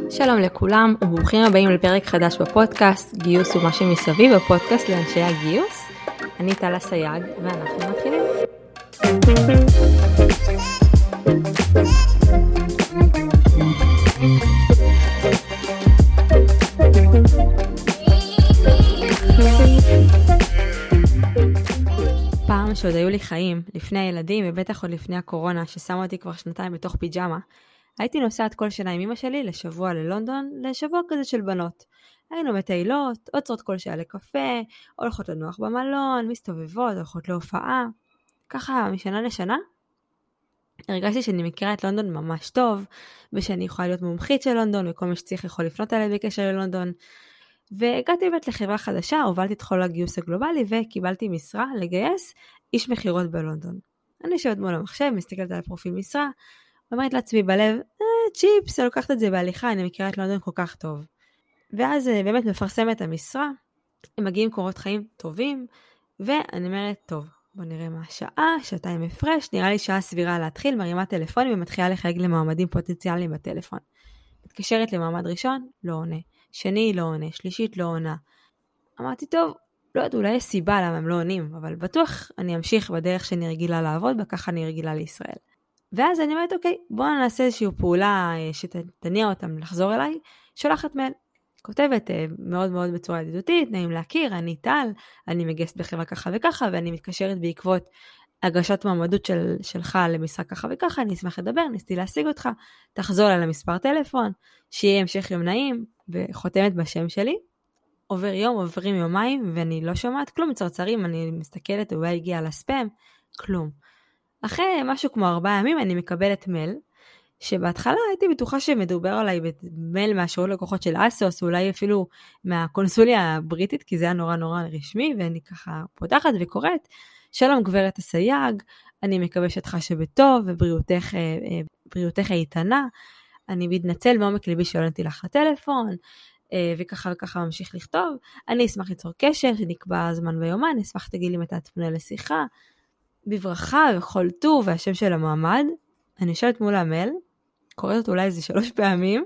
שלום לכולם וברוכים הבאים לפרק חדש בפודקאסט גיוס ומה שמסביב, הפודקאסט לאנשי הגיוס. אני טלה סייג ואנחנו מתחילים. פעם שעוד היו לי חיים לפני הילדים ובטח עוד לפני הקורונה ששמה אותי כבר שנתיים בתוך פיג'מה, הייתי נוסעת כל שנה עם אמא שלי לשבוע ללונדון, לשבוע כזה של בנות. היינו מטיילות, עוצרות כל שעה לקפה, הולכות לנוח במלון, מסתובבות, הולכות להופעה. ככה משנה לשנה. הרגשתי שאני מכירה את לונדון ממש טוב, ושאני יכולה להיות מומחית של לונדון, וכל מי שצריך יכול לפנות עליי בקשר ללונדון. והגעתי באמת לחברה חדשה, הובלתי את כל הגיוס הגלובלי, וקיבלתי משרה לגייס איש מחירות בלונדון. אני יושבת מול המחשב, מסתכלת על פרופיל משרה, ואומרת לעצמי בלב, צ'יפס, אני לוקחת את זה בהליכה, אני מכירה את לונדון כל כך טוב. ואז באמת מפרסמת המשרה, הם מגיעים קורות חיים טובים, ואני אומרת, טוב, בוא נראה מה השעה, שעתיים הפרש, נראה לי שעה סבירה להתחיל, מרימה טלפונים ומתחילה לחלק למעמדים פוטנציאליים בטלפון. מתקשרת למעמד ראשון, לא עונה. שני, לא עונה. שלישית, לא עונה. אמרתי, טוב, לא יודעת, אולי יש סיבה למה הם לא עונים, אבל בטוח אני אמשיך בדרך שאני רגילה לעבוד, וככה אני רגילה לישראל. ואז אני אומרת, אוקיי, בואו נעשה איזושהי פעולה שתניע אותם לחזור אליי, שולחת מייל. כותבת מאוד מאוד בצורה ידידותית, נעים להכיר, אני טל, אני מגייסת בחברה ככה וככה, ואני מתקשרת בעקבות הגשת מעמדות שלך למשרה ככה וככה, אני אשמח לדבר, ניסיתי להשיג אותך, תחזור אליי למספר טלפון, שיהיה המשך יום נעים, וחותמת בשם שלי. עובר יום, עוברים יומיים, ואני לא שומעת כלום מצרצרים, אני מסתכלת, אולי הגיע לספאם, כלום. אחרי משהו כמו 4 ימים אני מקבלת מייל, שבהתחלה הייתי בטוחה שמדובר עליי במייל מהשירות לקוחות של אסוס, אולי אפילו מהקונסוליה הבריטית, כי זה היה נורא נורא רשמי, ואני ככה פותחת וקוראת, שלום גברת הסייג, אני מקווה שאת חשה בטוב, ובריאותך איתנה, אני מתנצל מעומק ליבי שעולנתי לך לטלפון, וככה וככה ממשיך לכתוב, אני אשמח ליצור קשר, שנקבע זמן ויומן, אשמח תגידי מתי תפנה לשיחה, בברכה וכל טוב והשם של המעמד. אני יושבת מול המייל, קוראת אותו אולי איזה 3 פעמים,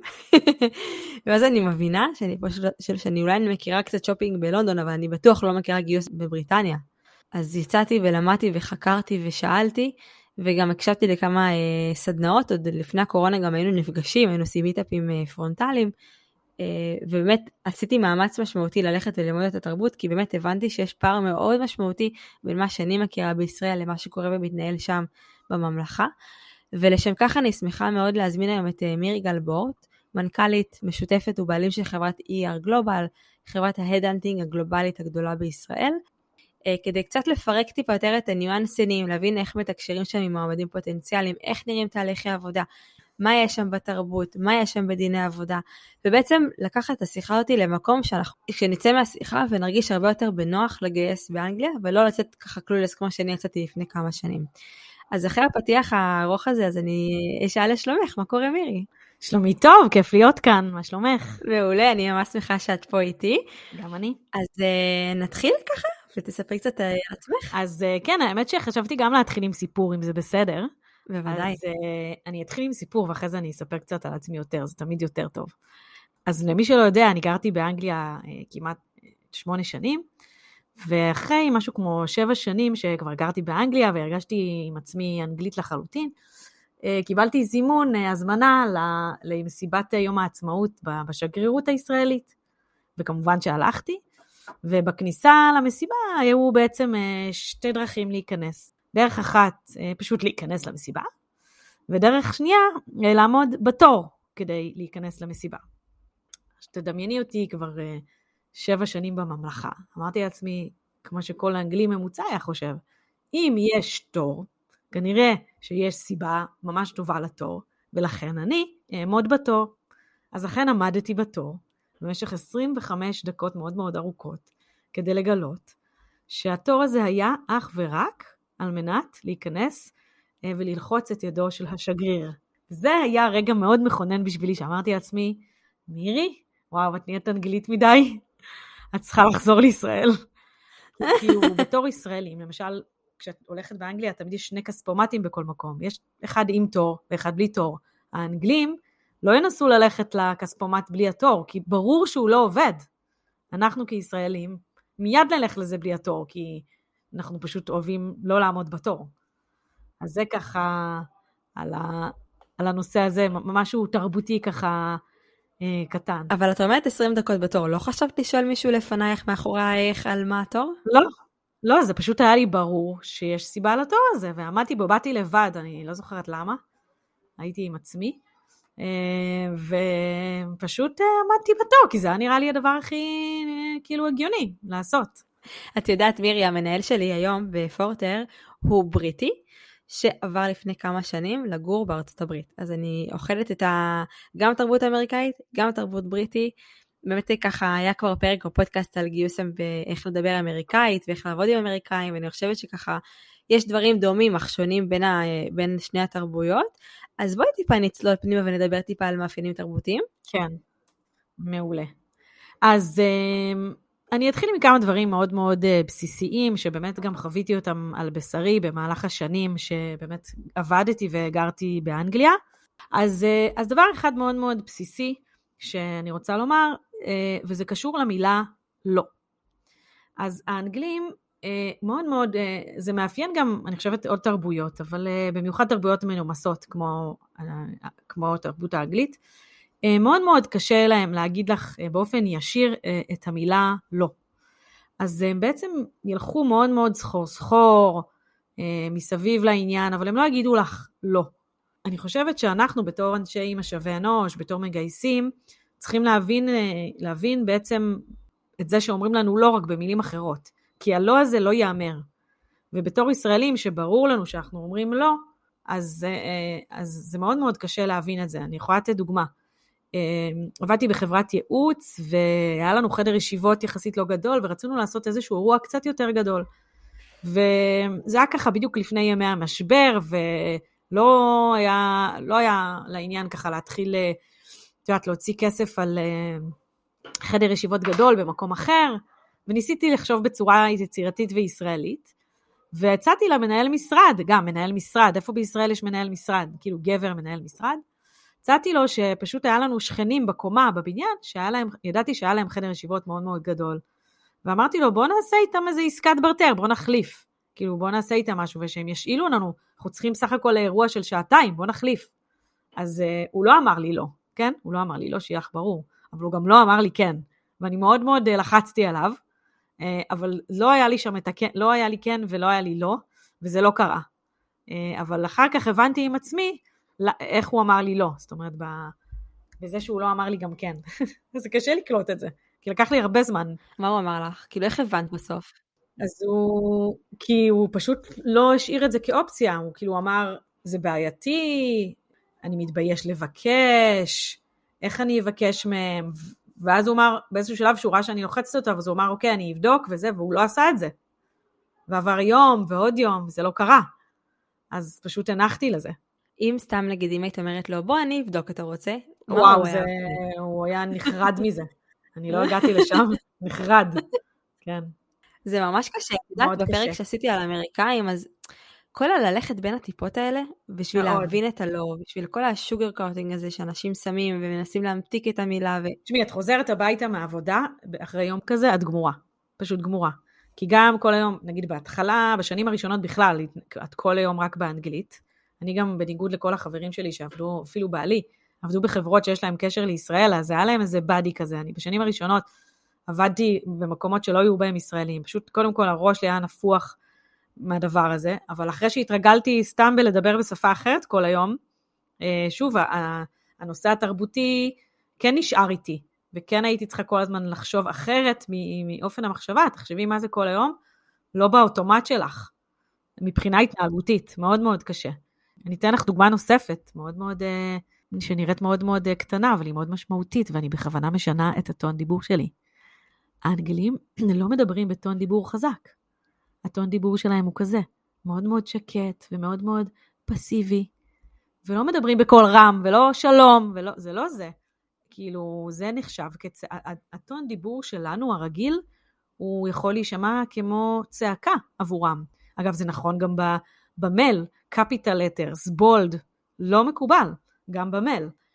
ואז אני מבינה שאני אולי מכירה קצת שופינג בלונדון, אבל אני בטוח לא מכירה גיוס בבריטניה. אז יצאתי ולמדתי וחקרתי ושאלתי, וגם הקשבתי לכמה סדנאות, עוד לפני הקורונה גם היינו נפגשים, היינו עושים מיטאפים פרונטליים, ובאמת עשיתי מאמץ משמעותי ללכת וללמוד את התרבות, כי באמת הבנתי שיש פער מאוד משמעותי בין מה שאני מכירה בישראל למה שקורה ומתנהל שם בממלכה, ולשם כך אני שמחה מאוד להזמין היום את מירי גלבורט, מנכ"לית משותפת ובעלים של חברת ER Global, חברת ההדהנטינג הגלובלית הגדולה בישראל, כדי קצת לפרק טיפה יותר את הניואנסים, להבין איך מתקשרים שם עם מועמדים פוטנציאליים, איך נראים תהליכי עבודה, מה יש שם בתרבות, מה יש שם בדיני עבודה, ובעצם לקחת את השיחה אותי למקום שנצא מהשיחה ונרגיש הרבה יותר בנוח לגייס באנגליה, ולא לצאת ככה כלולס כמו שאני יצאתי לפני כמה שנים. אז אחרי הפתיח הארוך הזה, אז אני אשאל לשלומך, מה קורה מירי? שלומי טוב, כיף להיות כאן, מה שלומך? מעולה, אני ממש שמחה שאת פה איתי. גם אני. אז נתחיל ככה, ותספרי קצת על עצמך. אז כן, האמת שחשבתי גם להתחיל עם סיפור, אם זה בסדר. בוודאי. אז אני אתחיל עם סיפור, ואחרי זה אני אספר קצת על עצמי יותר, זה תמיד יותר טוב. אז למי שלא יודע, אני גרתי באנגליה כמעט 8 שנים, ואחרי משהו כמו 7 שנים שכבר גרתי באנגליה, והרגשתי עם עצמי אנגלית לחלוטין, קיבלתי זימון, הזמנה למסיבת יום העצמאות בשגרירות הישראלית, וכמובן שהלכתי, ובכניסה למסיבה היו בעצם 2 דרכים להיכנס. דרך אחת, פשוט להיכנס למסיבה, ודרך שנייה, לעמוד בתור כדי להיכנס למסיבה. שתדמייני אותי כבר 7 שנים בממלכה. אמרתי לעצמי, כמו שכל האנגלי ממוצע היה חושב, אם יש תור, כנראה שיש סיבה ממש טובה לתור, ולכן אני אעמוד בתור. אז לכן עמדתי בתור, במשך 25 דקות מאוד מאוד ארוכות, כדי לגלות שהתור הזה היה אך ורק על מנת להיכנס וללחוץ את ידו של השגריר. זה היה רגע מאוד מכונן בשבילי, שאמרתי לעצמי, מירי, וואו, את נהיית אנגלית מדי, את צריכה לחזור לישראל. כאילו, בתור ישראלים, למשל, כשאת הולכת באנגליה, תמיד יש 2 כספומטים בכל מקום. יש אחד עם תור ואחד בלי תור. האנגלים לא ינסו ללכת לכספומט בלי התור, כי ברור שהוא לא עובד. אנחנו כישראלים מיד נלך לזה בלי התור, כי אנחנו פשוט אוהבים לא לעמוד בתור. אז זה ככה על הנושא הזה, משהו תרבותי ככה קטן. אבל את אומרת 20 דקות בתור, לא חשבת לשאול מישהו לפנייך מאחורייך על מה התור? לא, זה פשוט היה לי ברור שיש סיבה לתור הזה, ועמדתי בו, באתי לבד, אני לא זוכרת למה, הייתי עם עצמי, ופשוט עמדתי בתור, כי זה היה נראה לי הדבר הכי כאילו הגיוני לעשות. את יודעת, מירי, המנהל שלי היום בפורטר, הוא בריטי, שעבר לפני כמה שנים לגור בארצות הברית. אז אני אוכלת גם תרבות אמריקאית, גם תרבות בריטי. באמת ככה היה כבר פרק או פודקאסט על גיוסם באיך לדבר אמריקאית, ואיך לעבוד עם אמריקאים, ואני חושבת שככה יש דברים דומים, אך שונים בין שני התרבויות. אז בואי טיפה נצלול פנימה ונדבר טיפה על מאפיינים תרבותיים. כן, מעולה. אז אני אתחיל עם כמה דברים מאוד מאוד בסיסיים, שבאמת גם חוויתי אותם על בשרי במהלך השנים, שבאמת עבדתי וגרתי באנגליה. אז דבר אחד מאוד מאוד בסיסי, שאני רוצה לומר, וזה קשור למילה לא. אז האנגלים מאוד מאוד, זה מאפיין גם, אני חושבת, עוד תרבויות, אבל במיוחד תרבויות מנומסות, כמו תרבות האנגלית, מאוד מאוד קשה להם להגיד לך באופן ישיר את המילה לא. אז הם בעצם ילכו מאוד מאוד סחור מסביב לעניין, אבל הם לא יגידו לך לא. אני חושבת שאנחנו בתור אנשי משאבי אנוש, בתור מגייסים, צריכים להבין בעצם את זה שאומרים לנו לא רק במילים אחרות, כי הלא הזה לא יאמר. ובתור ישראלים שברור לנו שאנחנו אומרים לא, אז זה מאוד מאוד קשה להבין את זה. אני יכולה לתת דוגמה. עבדתי בחברת ייעוץ, והיה לנו חדר ישיבות יחסית לא גדול, ורצינו לעשות איזשהו אירוע קצת יותר גדול. וזה היה ככה בדיוק לפני ימי המשבר, ולא היה לעניין ככה להתחיל, להוציא כסף על חדר ישיבות גדול במקום אחר, וניסיתי לחשוב בצורה יצירתית וישראלית, והצעתי למנהל משרד, גם מנהל משרד, איפה בישראל יש מנהל משרד? כאילו גבר מנהל משרד. הצעתי לו שפשוט היה לנו שכנים בקומה, בבניין, ידעתי שהיה להם חדר ישיבות מאוד מאוד גדול, ואמרתי לו, בוא נעשה איתם איזה עסקת ברטר, בוא נחליף, כאילו בוא נעשה איתם משהו, ושהם ישאילו לנו, אנחנו צריכים סך הכל לאירוע של שעתיים, בוא נחליף. אז הוא לא אמר לי לא, כן? הוא לא אמר לי לא, שיהיה לך ברור, אבל הוא גם לא אמר לי כן, ואני מאוד מאוד לחצתי עליו, אבל לא היה לי שם לא היה לי כן ולא היה לי לא, וזה לא קרה. אבל אחר כך הבנתי עם עצמי, איך הוא אמר לי לא, זאת אומרת, בזה שהוא לא אמר לי גם כן. זה קשה לקלוט את זה, כי לקח לי הרבה זמן. מה הוא אמר לך? כאילו איך הבנת בסוף? אז כי הוא פשוט לא השאיר את זה כאופציה, הוא כאילו אמר, זה בעייתי, אני מתבייש לבקש, איך אני אבקש מהם, ואז הוא אמר, באיזשהו שלב שהוא ראה שאני לוחצת אותו, אז הוא אמר, אוקיי, אני אבדוק וזה, והוא לא עשה את זה. ועבר יום ועוד יום, וזה לא קרה. אז פשוט הנחתי לזה. אם סתם נגיד, אם היית אומרת לו, בוא אני אבדוק, אתה רוצה? וואו, הוא היה נחרד מזה. אני לא הגעתי לשם, נחרד. כן. זה ממש קשה. יודעת, בפרק שעשיתי על האמריקאים, אז כל הללכת בין הטיפות האלה, בשביל להבין את הלא, בשביל כל השוגר קוטינג הזה, שאנשים שמים ומנסים להמתיק את המילה. תשמעי, את חוזרת הביתה מהעבודה, אחרי יום כזה, את גמורה. פשוט גמורה. כי גם כל היום, נגיד בהתחלה, בשנים הראשונות בכלל, את כל היום רק באנגלית. אני גם בניגוד לכל החברים שלי שעבדו, אפילו בעלי, עבדו בחברות שיש להם קשר לישראל, אז היה להם איזה בדי כזה. אני בשנים הראשונות עבדתי במקומות שלא היו בהם ישראלים. פשוט קודם כל הראש לי היה נפוח מהדבר הזה, אבל אחרי שהתרגלתי סתם בלדבר בשפה אחרת כל היום, שוב, הנושא התרבותי כן נשאר איתי, וכן הייתי צריכה כל הזמן לחשוב אחרת מאופן המחשבה. תחשבי מה זה כל היום, לא באוטומט שלך, מבחינה התנהגותית, מאוד מאוד קשה. אני אתן לך דוגמה נוספת, מאוד מאוד, שנראית מאוד מאוד קטנה, אבל היא מאוד משמעותית, ואני בכוונה משנה את הטון דיבור שלי. האנגלים לא מדברים בטון דיבור חזק. הטון דיבור שלהם הוא כזה, מאוד מאוד שקט, ומאוד מאוד פסיבי, ולא מדברים בקול רם, ולא שלום, זה לא זה. כאילו, זה נחשב, הטון דיבור שלנו הרגיל, הוא יכול להישמע כמו צעקה עבורם. אגב, זה נכון גם במייל, capital letters, bold, לא מקובל, גם במייל.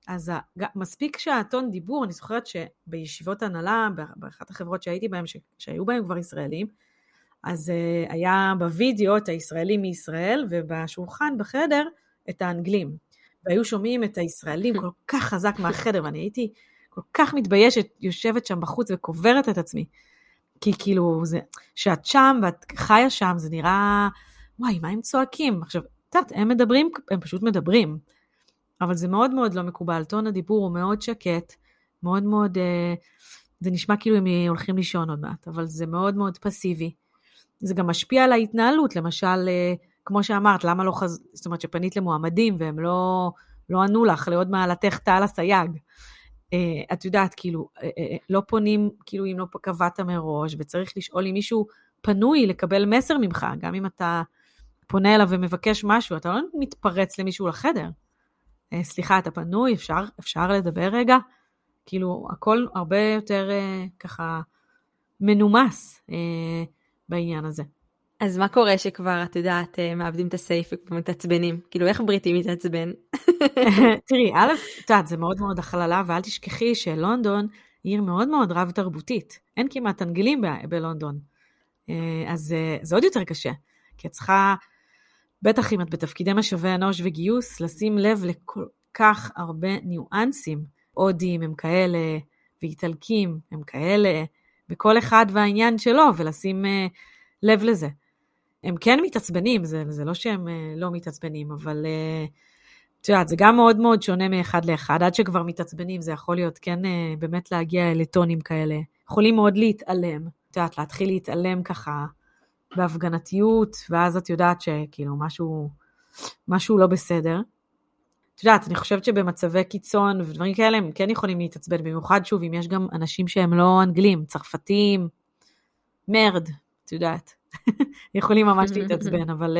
אז מספיק שהטון דיבור, אני זוכרת שבישיבות הנהלה, באחת החברות שהייתי בהן, שהיו בהן כבר ישראלים, אז היה בווידאו את הישראלים מישראל, ובשולחן בחדר את האנגלים. והיו שומעים את הישראלים כל כך חזק מהחדר, ואני הייתי כל כך מתביישת, יושבת שם בחוץ וקוברת את עצמי. כי כאילו, שאת שם ואת חיה שם, זה נראה, וואי, מה הם צועקים? עכשיו, הם מדברים, הם פשוט מדברים. אבל זה מאוד מאוד לא מקובל. טון הדיבור הוא מאוד שקט, מאוד מאוד, זה נשמע כאילו הם הולכים לישון עוד מעט, אבל זה מאוד מאוד פסיבי. זה גם משפיע על ההתנהלות, למשל, כמו שאמרת, למה לא זאת אומרת שפנית למועמדים, והם לא ענו לך, לעוד מעלתך תעל הסייג. את יודעת, כאילו, לא פונים, כאילו אם לא קבעת מראש, וצריך לשאול אם מישהו פנוי לקבל מסר ממך, גם אם אתה פונה אליו ומבקש משהו, אתה לא מתפרץ למישהו לחדר. סליחה, אתה פנוי, אפשר לדבר רגע? כאילו, הכל הרבה יותר ככה מנומס בעניין הזה. אז מה קורה שכבר, את יודעת, מאבדים את הסייף ומתעצבנים? כאילו, איך בריטי מתעצבן? תראי, א', את יודעת, זה מאוד מאוד הכללה, ואל תשכחי שלונדון היא עיר מאוד מאוד רב תרבותית. אין כמעט אנגלים בלונדון. אז זה עוד יותר קשה, כי את צריכה, בטח אם את בתפקידי משאבי אנוש וגיוס, לשים לב לכל כך הרבה ניואנסים. הודים הם כאלה, ואיטלקים הם כאלה, בכל אחד והעניין שלו, ולשים לב לזה. הם כן מתעצבנים, זה לא שהם לא מתעצבנים, אבל את יודעת, זה גם מאוד מאוד שונה מאחד לאחד, עד שכבר מתעצבנים, זה יכול להיות כן באמת להגיע לטונים כאלה. יכולים מאוד להתעלם, את יודעת, להתחיל להתעלם ככה בהפגנתיות, ואז את יודעת שכאילו משהו לא בסדר. את יודעת, אני חושבת שבמצבי קיצון ודברים כאלה, הם כן יכולים להתעצבן, במיוחד שוב, אם יש גם אנשים שהם לא אנגלים, צרפתים, מרד, את יודעת, יכולים ממש להתעצבן, אבל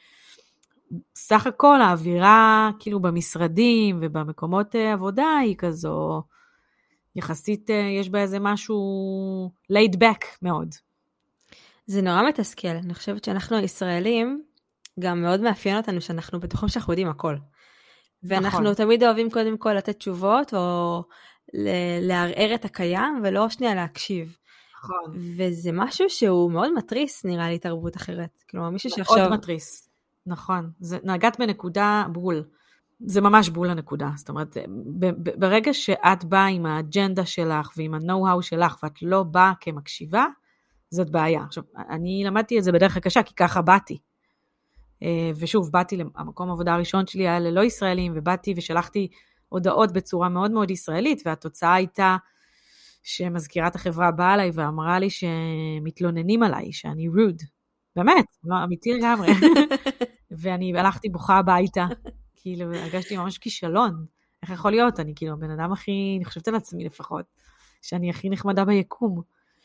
סך הכל האווירה, כאילו במשרדים ובמקומות עבודה, היא כזו, יחסית יש בה איזה משהו laid back מאוד. זה נורא מתסכל, אני חושבת שאנחנו הישראלים, גם מאוד מאפיין אותנו שאנחנו בטוחים שאנחנו יודעים הכל. ואנחנו תמיד אוהבים קודם כל לתת תשובות, או לערער את הקיים, ולא שנייה להקשיב. נכון. וזה משהו שהוא מאוד מטריס, נראה לי, תרבות אחרת. כלומר, מישהו שעכשיו... מאוד מטריס, נכון. נגעת בנקודה בול. זה ממש בול הנקודה. זאת אומרת, ברגע שאת באה עם האג'נדה שלך, ועם ה-know-how שלך, ואת לא באה כמקשיבה, זאת בעיה. עכשיו, אני למדתי את זה בדרך הקשה, כי ככה באתי. ושוב, באתי למקום העבודה הראשון שלי, היה ללא ישראלים, ובאתי ושלחתי הודעות בצורה מאוד מאוד ישראלית, והתוצאה הייתה שמזכירת החברה באה אליי ואמרה לי שמתלוננים עליי, שאני rude. באמת, לא, אמיתי לגמרי. ואני הלכתי בוכה הביתה, כאילו, הרגשתי ממש כישלון. איך יכול להיות? אני כאילו, הבן אדם הכי, אני חושבת על עצמי לפחות, שאני הכי נחמדה ביקום.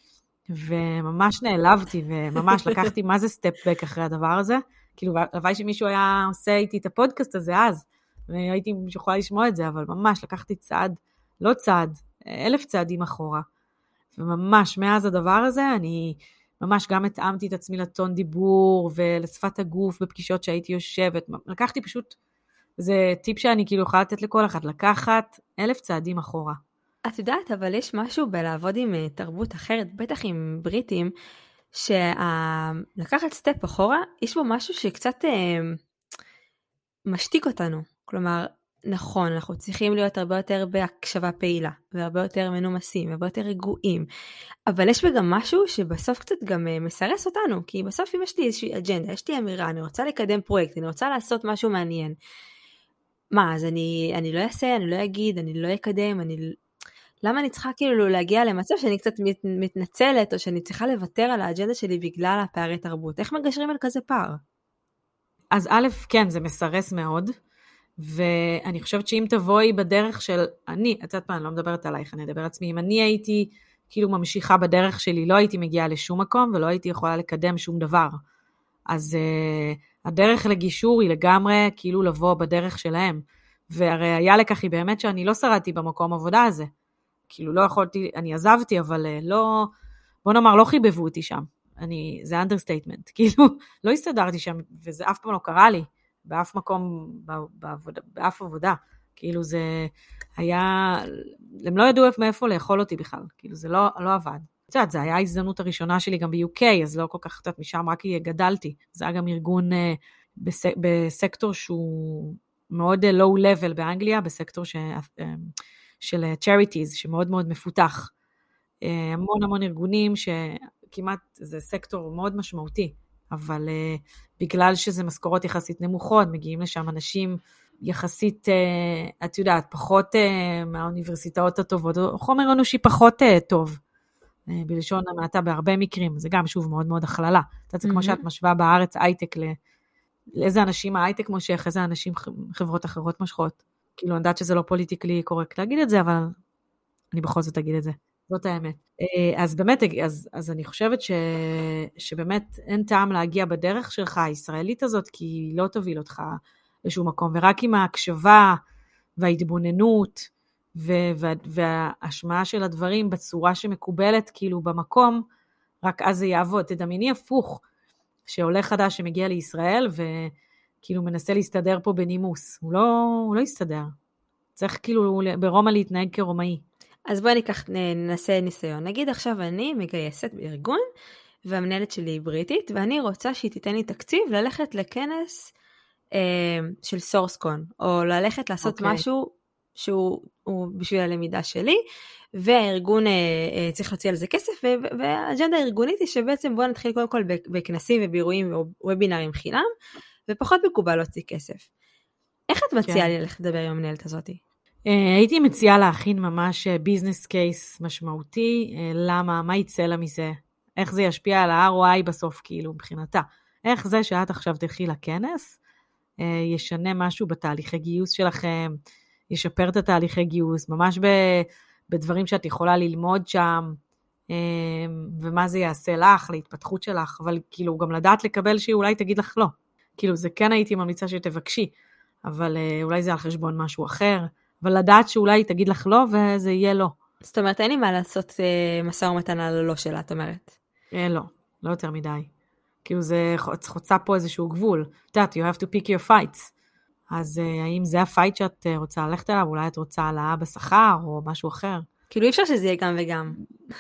וממש נעלבתי, וממש לקחתי מה זה סטפ-בק אחרי הדבר הזה. כאילו, הלוואי שמישהו היה עושה איתי את הפודקאסט הזה אז, והייתי יכולה לשמוע את זה, אבל ממש לקחתי צעד, לא צעד, 1000 צעדים אחורה. וממש מאז הדבר הזה, אני ממש גם התאמתי את עצמי לטון דיבור, ולשפת הגוף בפגישות שהייתי יושבת. לקחתי פשוט, זה טיפ שאני כאילו יכולה לתת לכל אחד, לקחת 1000 צעדים אחורה. את יודעת, אבל יש משהו בלעבוד עם תרבות אחרת, בטח עם בריטים, שלקחת סטפ אחורה, יש בו משהו שקצת משתיק אותנו. כלומר, נכון, אנחנו צריכים להיות הרבה יותר בהקשבה פעילה, והרבה יותר מנומסים, והרבה יותר רגועים, אבל יש גם משהו שבסוף קצת גם מסרס אותנו, כי בסוף אם יש לי איזושהי אג'נדה, יש לי אמירה, אני רוצה לקדם פרויקט, אני רוצה לעשות משהו מעניין, מה, אז אני לא אעשה, אני לא אגיד, אני לא אקדם, למה אני צריכה כאילו להגיע למצב שאני קצת מתנצלת, או שאני צריכה לוותר על האג'נדה שלי בגלל הפערי תרבות? איך מגשרים על כזה פער? אז א', כן, זה מסרס מאוד, ואני חושבת שאם תבואי בדרך של, את יודעת מה, אני לא מדברת עלייך, אני אדבר עצמי, אם אני הייתי כאילו ממשיכה בדרך שלי, לא הייתי מגיעה לשום מקום, ולא הייתי יכולה לקדם שום דבר. אז הדרך לגישור היא לגמרי כאילו לבוא בדרך שלהם, והרי היה לכך היא באמת שאני לא שרדתי במקום עבודה הזה, כאילו לא יכולתי, אני עזבתי, אבל לא, בוא נאמר, לא חיבבו אותי שם. זה understatement, כאילו, לא הסתדרתי שם, וזה אף פעם לא קרה לי, באף מקום, באף עבודה, כאילו זה היה, הם לא ידעו מאיפה לאכול אותי בכלל, כאילו זה לא עבד. את יודעת, זה היה ההזדמנות הראשונה שלי גם ב-UK, אז לא כל כך קצת משם, רק גדלתי. זה היה גם ארגון בסקטור שהוא מאוד low-level באנגליה, בסקטור של charities, שמאוד מאוד מפותח. המון ארגונים שכמעט זה סקטור מאוד משמעותי, אבל בגלל שזה משכורות יחסית נמוכות, מגיעים לשם אנשים יחסית, את יודעת, פחות מהאוניברסיטאות הטובות, או חומר אנושי פחות טוב, בלשון המעטה בהרבה מקרים, זה גם שוב מאוד מאוד הכללה. זה כמו שאת משווה בארץ הייטק לאיזה אנשים ההייטק מושך, איזה אנשים חברות אחרות מושכות. כאילו, אני יודעת שזה לא פוליטיקלי קורקט להגיד את זה, אבל אני בכל זאת אגיד את זה. זאת האמת. אז באמת, אז אני חושבת שבאמת אין טעם להגיע בדרך שלך, הישראלית הזאת, כי היא לא תוביל אותך לשום מקום, ורק עם ההקשבה וההתבוננות וההשמעה של הדברים בצורה שמקובלת כאילו במקום, רק אז זה יעבוד. תדמייני הפוך, שעולה חדש שמגיע לישראל וכאילו מנסה להסתדר פה בנימוס. הוא לא יסתדר. צריך כאילו ברומא להתנהג כרומאי. אז בואי ננסה ניסיון. נגיד עכשיו אני מגייסת בארגון, והמנהלת שלי היא בריטית, ואני רוצה שהיא תיתן לי תקציב ללכת לכנס של סורסקון, או ללכת לעשות משהו שהוא בשביל הלמידה שלי, והארגון צריך להוציא על זה כסף, והאג'נדה הארגונית היא שבעצם בואו נתחיל קודם כל בכנסים ובאירועים וובינרים חינם, ופחות מקובל להוציא כסף. איך את מציעה לי ללכת לדבר עם המנהלת הזאת? הייתי מציעה להכין ממש ביזנס קייס משמעותי, למה, מה יצא לה מזה, איך זה ישפיע על ה-ROI בסוף, כאילו, מבחינתה. איך זה שאת עכשיו תלכי לכנס, ישנה משהו בתהליכי גיוס שלכם, ישפר את התהליכי גיוס, ממש בדברים שאת יכולה ללמוד שם, ומה זה יעשה לך, להתפתחות שלך, אבל כאילו גם לדעת לקבל שהיא אולי תגיד לך לא. כאילו זה כן הייתי ממליצה שתבקשי, אבל אולי זה על חשבון משהו אחר, אבל לדעת שאולי תגיד לך לא, וזה יהיה לא. זאת אומרת, אין לי מה לעשות משא ומתן על הלא שלה, את אומרת? לא יותר מדי. כאילו זה חוצה פה איזשהו גבול. את יודעת, you have to pick your fights. אז האם זה הפייט שאת רוצה ללכת אליו? אולי את רוצה העלאה בשכר או משהו אחר? כאילו אי אפשר שזה יהיה גם וגם.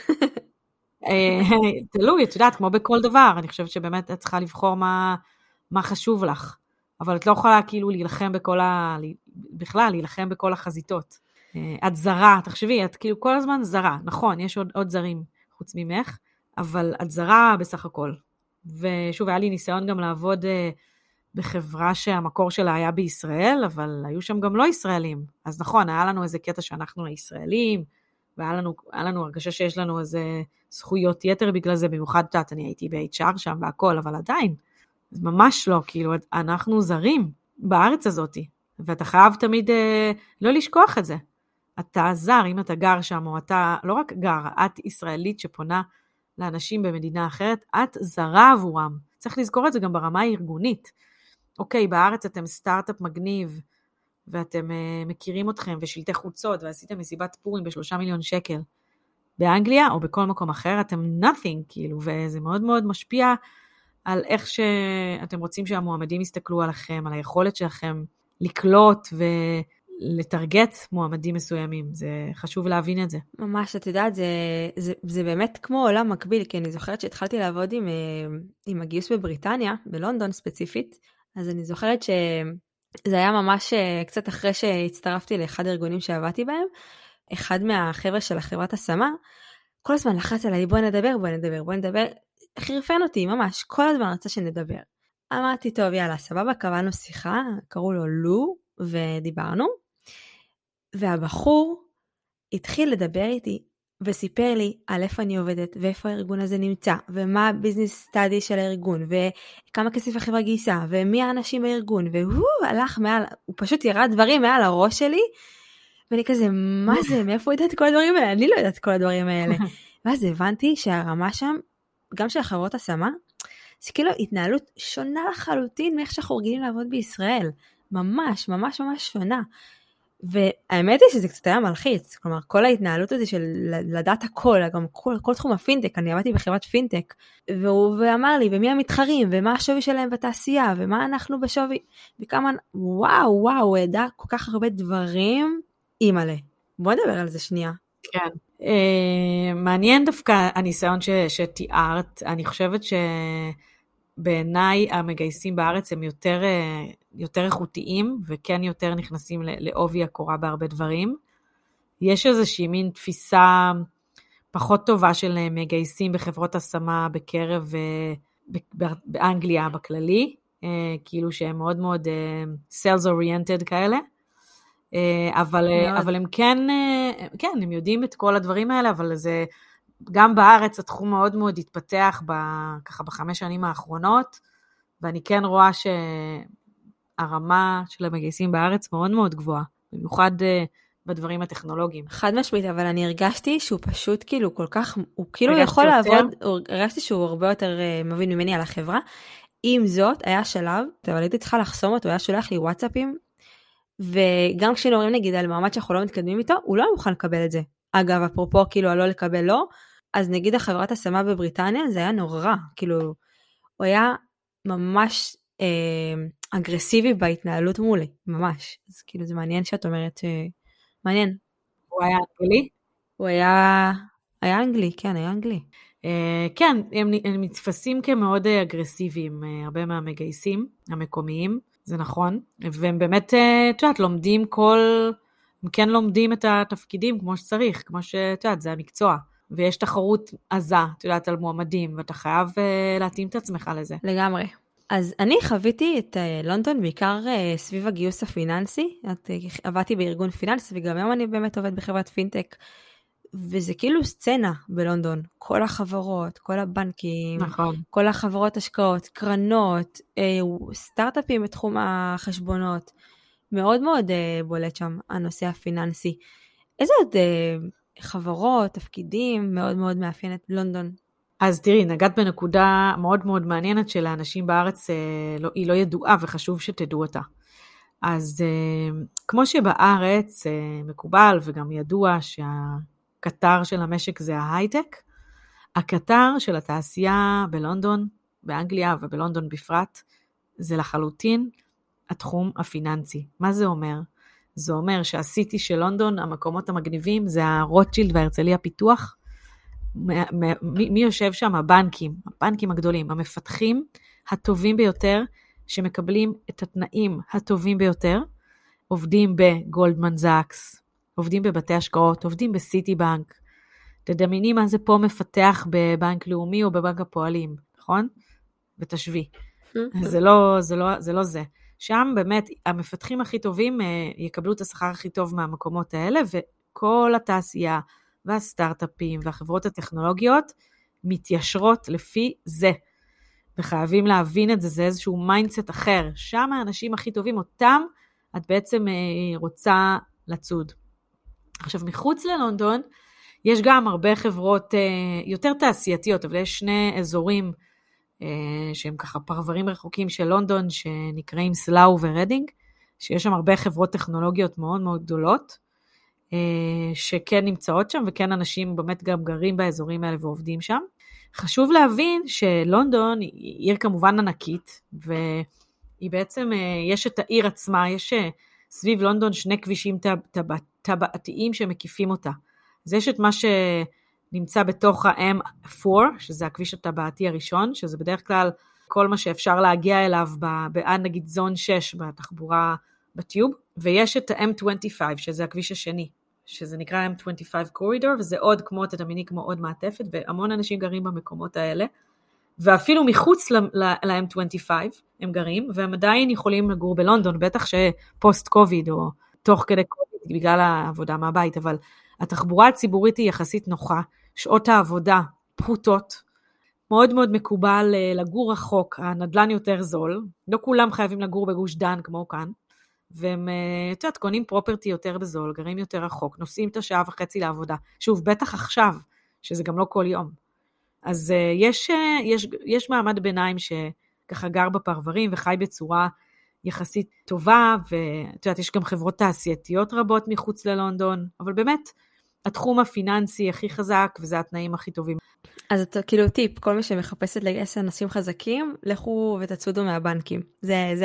תלוי, את יודעת, כמו בכל דבר, אני חושבת שבאמת את צריכה לבחור מה חשוב לך. אבל את לא יכולה כאילו להילחם בכלל, להילחם בכל החזיתות. את זרה, תחשבי, את כאילו כל הזמן זרה. נכון, יש עוד זרים חוץ ממך, אבל את זרה בסך הכל. ושוב, היה לי ניסיון גם לעבוד בחברה שהמקור שלה היה בישראל, אבל היו שם גם לא ישראלים. אז נכון, היה לנו איזה קטע שאנחנו הישראלים, והיה לנו הרגשה שיש לנו איזה זכויות יתר בגלל זה, במיוחד תת, אני הייתי ב-HR שם והכל, אבל עדיין, זה ממש לא, כאילו, אנחנו זרים בארץ הזאת, ואתה חייב תמיד לא לשכוח את זה. אתה זר, אם אתה גר שם, או אתה לא רק גר, את ישראלית שפונה לאנשים במדינה אחרת, את זרה עבורם. צריך לזכור את זה גם ברמה הארגונית. אוקיי, בארץ אתם סטארט-אפ מגניב, ואתם מכירים אתכם, ושלטי חוצות, ועשיתם מסיבת פורים ב3 מיליון שקל. באנגליה, או בכל מקום אחר, אתם nothing, כאילו, וזה מאוד מאוד משפיע על איך שאתם רוצים שהמועמדים יסתכלו עליכם, על היכולת שלכם לקלוט ולטרגט מועמדים מסוימים. זה חשוב להבין את זה. ממש, את יודעת, זה באמת כמו עולם מקביל, כי אני זוכרת שהתחלתי לעבוד עם הגיוס בבריטניה, בלונדון ספציפית, אז אני זוכרת שזה היה ממש קצת אחרי שהצטרפתי לאחד הארגונים שעבדתי בהם, אחד מהחבר'ה של החברת השמה, כל הזמן לחץ עליי, בואי נדבר, חירפן אותי ממש, כל הזמן רצה שנדבר. אמרתי, טוב, יאללה, סבבה, קבלנו שיחה, קראו לו לו, ודיברנו, והבחור התחיל לדבר איתי, וסיפר לי על איפה אני עובדת, ואיפה הארגון הזה נמצא, ומה הביזנס סטאדי של הארגון, וכמה כסף החברה גייסה, ומי האנשים בארגון, והוא הלך מעל, הוא פשוט ירד דברים מעל הראש שלי, ואני כזה, מה זה, מאיפה יודעת כל הדברים האלה? אני לא יודעת כל הדברים האלה. ואז הבנתי שהרמה שם, גם של החברות השמה, זה כאילו התנהלות שונה לחלוטין מאיך שאנחנו רגילים לעבוד בישראל. ממש, ממש, ממש שונה. והאמת היא שזה קצת היה מלחיץ, כלומר, כל ההתנהלות הזאת של לדעת הכל, גם כל תחום הפינטק, אני עבדתי בחברת פינטק, והוא אמר לי, ומי המתחרים, ומה השווי שלהם בתעשייה, ומה אנחנו בשווי, וכמה, וואו, הוא ידע כל כך הרבה דברים, אימא'לה. בוא נדבר על זה שנייה. כן. מעניין דווקא הניסיון שתיארת, אני חושבת שבעיניי המגייסים בארץ הם יותר איכותיים, וכן יותר נכנסים לעובי הקורה בהרבה דברים. יש איזושהי מין תפיסה פחות טובה של מגייסים בחברות השמה בקרב באנגליה בכללי, כאילו שהם מאוד מאוד sales oriented כאלה, אבל הם כן, הם יודעים את כל הדברים האלה, אבל זה, גם בארץ התחום מאוד מאוד התפתח ככה ב5 שנים האחרונות, ואני כן רואה שהרמה של המגייסים בארץ מאוד מאוד גבוהה, במיוחד בדברים הטכנולוגיים. חד משמעית, אבל אני הרגשתי שהוא פשוט כאילו כל כך, הוא כאילו יכול לעבוד, הרגשתי שהוא הרבה יותר מבין ממני על החברה. עם זאת, היה שלב, אבל הייתי צריכה לחסום אותו, הוא היה שולח לי וואטסאפים, וגם כשאנו אומרים נגיד על מעמד שאנחנו לא מתקדמים איתו, הוא לא מוכן לקבל את זה. אגב, אפרופו כאילו לא לקבל לא, אז נגיד החברת השמה בבריטניה, זה היה נורא, כאילו, הוא היה ממש אגרסיבי בהתנהלות מולי, ממש. אז כאילו זה מעניין שאת אומרת, מעניין. הוא היה אנגלי? הוא היה אנגלי, כן, היה אנגלי. כן, הם נתפסים כמאוד אגרסיביים, הרבה מהמגייסים המקומיים, זה נכון, והם באמת, את יודעת, הם כן לומדים את התפקידים כמו שצריך, כמו שאת יודעת, זה המקצוע, ויש תחרות עזה, את יודעת, על מועמדים, ואתה חייב להתאים את עצמך לזה. לגמרי. אז אני חוויתי את לונדון בעיקר סביב הגיוס הפיננסי, עבדתי בארגון פיננסי, וגם היום אני באמת עובד בחברת פינטק, וזה כאילו סצנה בלונדון, כל החברות, כל הבנקים, נכון. כל החברות השקעות, קרנות, סטארט-אפים בתחום החשבונות, מאוד מאוד בולט שם הנושא הפיננסי. איזה עוד חברות, תפקידים מאוד מאוד מאפיין את לונדון? אז תראי, נגעת בנקודה מאוד מאוד מעניינת שלאנשים בארץ היא לא ידועה וחשוב שתדעו אותה. אז כמו שבארץ מקובל וגם ידוע הקטר של המשק זה ההייטק, הקטר של התעשייה בלונדון, באנגליה ובלונדון בפרט, זה לחלוטין התחום הפיננסי. מה זה אומר? זה אומר שהסיטי של לונדון, המקומות המגניבים, זה הרוטשילד והרצליה פיתוח. מי יושב שם? הבנקים הגדולים, המפתחים הטובים ביותר, שמקבלים את התנאים הטובים ביותר, עובדים בגולדמן זאקס, עובדים בבתי השקעות, עובדים בסיטי בנק. תדמייני מה זה פה מפתח בבנק לאומי או בבנק הפועלים, נכון? ותשווי. זה לא זה. שם באמת המפתחים הכי טובים יקבלו את השכר הכי טוב מהמקומות האלה, וכל התעשייה והסטארט-אפים והחברות הטכנולוגיות מתיישרות לפי זה. וחייבים להבין את זה, זה איזשהו מיינדסט אחר. שם האנשים הכי טובים, אותם את בעצם רוצה לצוד. עכשיו, מחוץ ללונדון, יש גם הרבה חברות יותר תעשייתיות, אבל יש 2 אזורים שהם ככה פרברים רחוקים של לונדון, שנקראים סלאו ורדינג, שיש שם הרבה חברות טכנולוגיות מאוד מאוד גדולות, שכן נמצאות שם, וכן אנשים באמת גם גרים באזורים האלה ועובדים שם. חשוב להבין שלונדון היא עיר כמובן ענקית, והיא בעצם, יש את העיר עצמה, יש סביב לונדון 2 כבישים טבעתיים שמקיפים אותה. אז יש את מה שנמצא בתוך ה-M4, שזה הכביש הטבעתי הראשון, שזה בדרך כלל כל מה שאפשר להגיע אליו בעד נגיד זון 6 בתחבורה בטיוב, ויש את ה-M25, שזה הכביש השני, שזה נקרא M25 Corridor, וזה עוד כמו, תדמייני כמו עוד מעטפת, והמון אנשים גרים במקומות האלה, ואפילו מחוץ ל-M25 הם גרים, והם עדיין יכולים לגור בלונדון, בטח שפוסט קוביד, או תוך כדי קוביד, בגלל העבודה מהבית, אבל התחבורה הציבורית היא יחסית נוחה, שעות העבודה פחותות, מאוד מאוד מקובל לגור רחוק, הנדלן יותר זול, לא כולם חייבים לגור בגוש דן כמו כאן, והם, את יודעת, קונים פרופרטי יותר בזול, גרים יותר רחוק, נוסעים את 1.5 שעה לעבודה, שוב, בטח עכשיו, שזה גם לא כל יום. אז יש מעמד ביניים שככה גר בפרברים וחי בצורה יחסית טובה, ואת יודעת, יש גם חברות תעשייתיות רבות מחוץ ללונדון, אבל באמת, התחום הפיננסי הכי חזק, וזה התנאים הכי טובים. אז כאילו טיפ, כל מי שמחפשת לגייס אנשים חזקים, לכו ותצודו מהבנקים. זה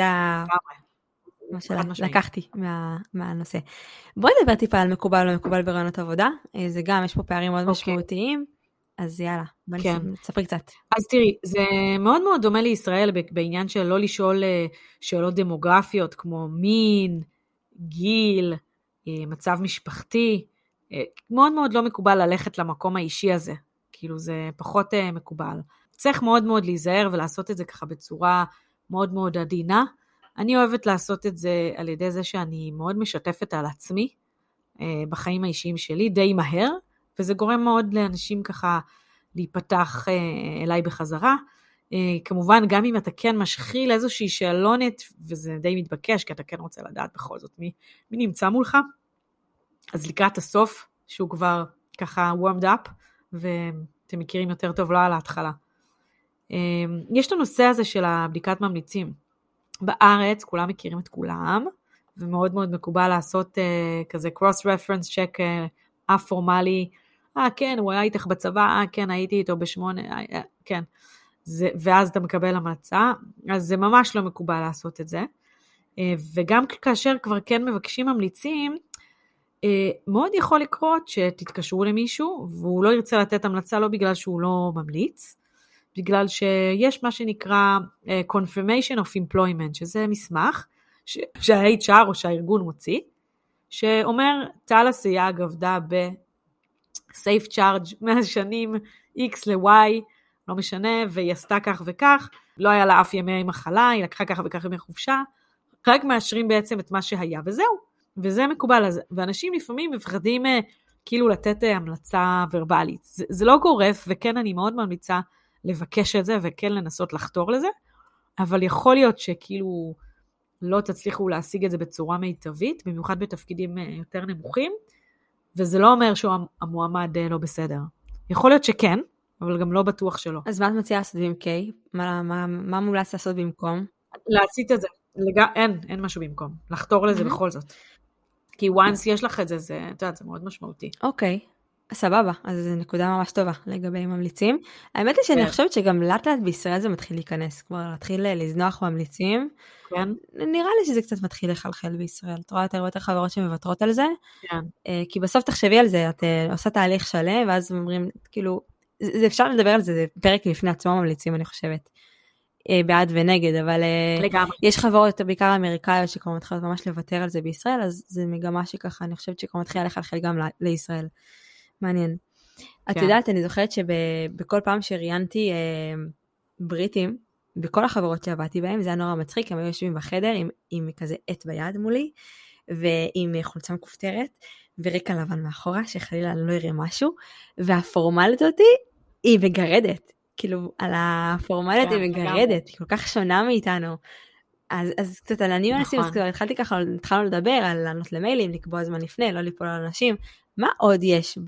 מה שלקחתי מהנושא. בואי נדבר טיפה על מקובל ומקובל ברעיונות עבודה. זה גם, יש פה פערים מאוד משמעותיים. אז יאללה, בואי נספר קצת. אז תראי, זה מאוד מאוד דומה לישראל בעניין של לא לשאול שאלות דמוגרפיות כמו מין, גיל, מצב משפחתי. מאוד מאוד לא מקובל ללכת למקום האישי הזה. כאילו זה פחות מקובל. צריך מאוד מאוד להיזהר ולעשות את זה ככה בצורה מאוד מאוד עדינה. אני אוהבת לעשות את זה על ידי זה שאני מאוד משתפת על עצמי בחיים האישיים שלי די מהר, וזה גורם מאוד לאנשים ככה להיפתח אליי בחזרה. כמובן גם אם אתה כן משחיל איזושהי שאלונת, וזה די מתבקש כי אתה כן רוצה לדעת בכל זאת מי נמצא מולך, אז לקראת הסוף שהוא כבר ככה warmed up, ואתם מכירים יותר טוב לא על ההתחלה. יש את הנושא הזה של הבדיקת ממליצים. בארץ כולם מכירים את כולם, ומאוד מאוד מקובל לעשות כזה cross-reference check פורמלי, כן, הוא היה איתך בצבא, כן, הייתי איתו ב8, כן. ואז אתה מקבל המלצה, אז זה ממש לא מקובל לעשות את זה. וגם כאשר כבר כן מבקשים ממליצים, מאוד יכול לקרות שתתקשרו למישהו, והוא לא ירצה לתת המלצה לא בגלל שהוא לא ממליץ, בגלל שיש מה שנקרא confirmation of employment, שזה מסמך שה-HR או שהארגון מוציא, שאומר, טל הסייג עבדה ב-safe charge מהשנים X ל-Y, לא משנה, והיא עשתה כך וכך, לא היה לה אף ימי מחלה, היא לקחה כך וכך ימי חופשה, רק מאשרים בעצם את מה שהיה, וזהו. וזה מקובל, ואנשים לפעמים מפחדים כאילו לתת המלצה ורבלית. זה לא גורף, וכן אני מאוד ממליצה לבקש את זה, וכן לנסות לחתור לזה, אבל יכול להיות שכאילו לא תצליחו להשיג את זה בצורה מיטבית, במיוחד בתפקידים יותר נמוכים, וזה לא אומר שהמועמד לא בסדר. יכול להיות שכן, אבל גם לא בטוח שלא. אז מה את מציעה לעשות במקום? מה מומלץ לעשות במקום? להציץ את זה. אין משהו במקום. לחתור לזה בכל זאת. כי once יש לך את זה, זה מאוד משמעותי. אוקיי, סבבה. אז זו נקודה ממש טובה לגבי ממליצים. האמת היא שאני חושבת שגם לאט לאט בישראל זה מתחיל להיכנס. כבר להתחיל לזנוח ממליצים. כן. נראה לי שזה קצת מתחיל לחלחל בישראל. את רואה יותר ויותר חברות שמוותרות על זה. כן. כי בסוף תחשבי על זה, את עושה תהליך שלם, ואז אומרים, כאילו, זה אפשר לדבר על זה, זה פרק לפני עצמו ממליצים, אני חושבת. בעד ונגד, אבל יש חברות בעיקר אמריקאיות שכבר מתחילות ממש לוותר על זה בישראל, אז זה מגמה שככה, אני חושבת שכבר מתחילה לחלחל גם לישראל. מעניין. את יודעת, אני זוכרת שבכל פעם שראיינתי בריטים, בכל החברות שעבדתי בהם, זה היה נורא מצחיק, הם היו יושבים בחדר עם כזה עט ביד מולי, ועם חולצה מכופתרת, וריקה לבן מאחורה, שחלילה לא יראה משהו, והפורמלית אותי היא מגרדת. כאילו, על הפורמלית היא מגרדת, היא כל כך שונה מאיתנו. אז קצת על הניואנסים, אז כבר התחלנו לדבר על לענות למיילים, לקבוע זמן לפני, לא ליפול על אנשים. מה עוד יש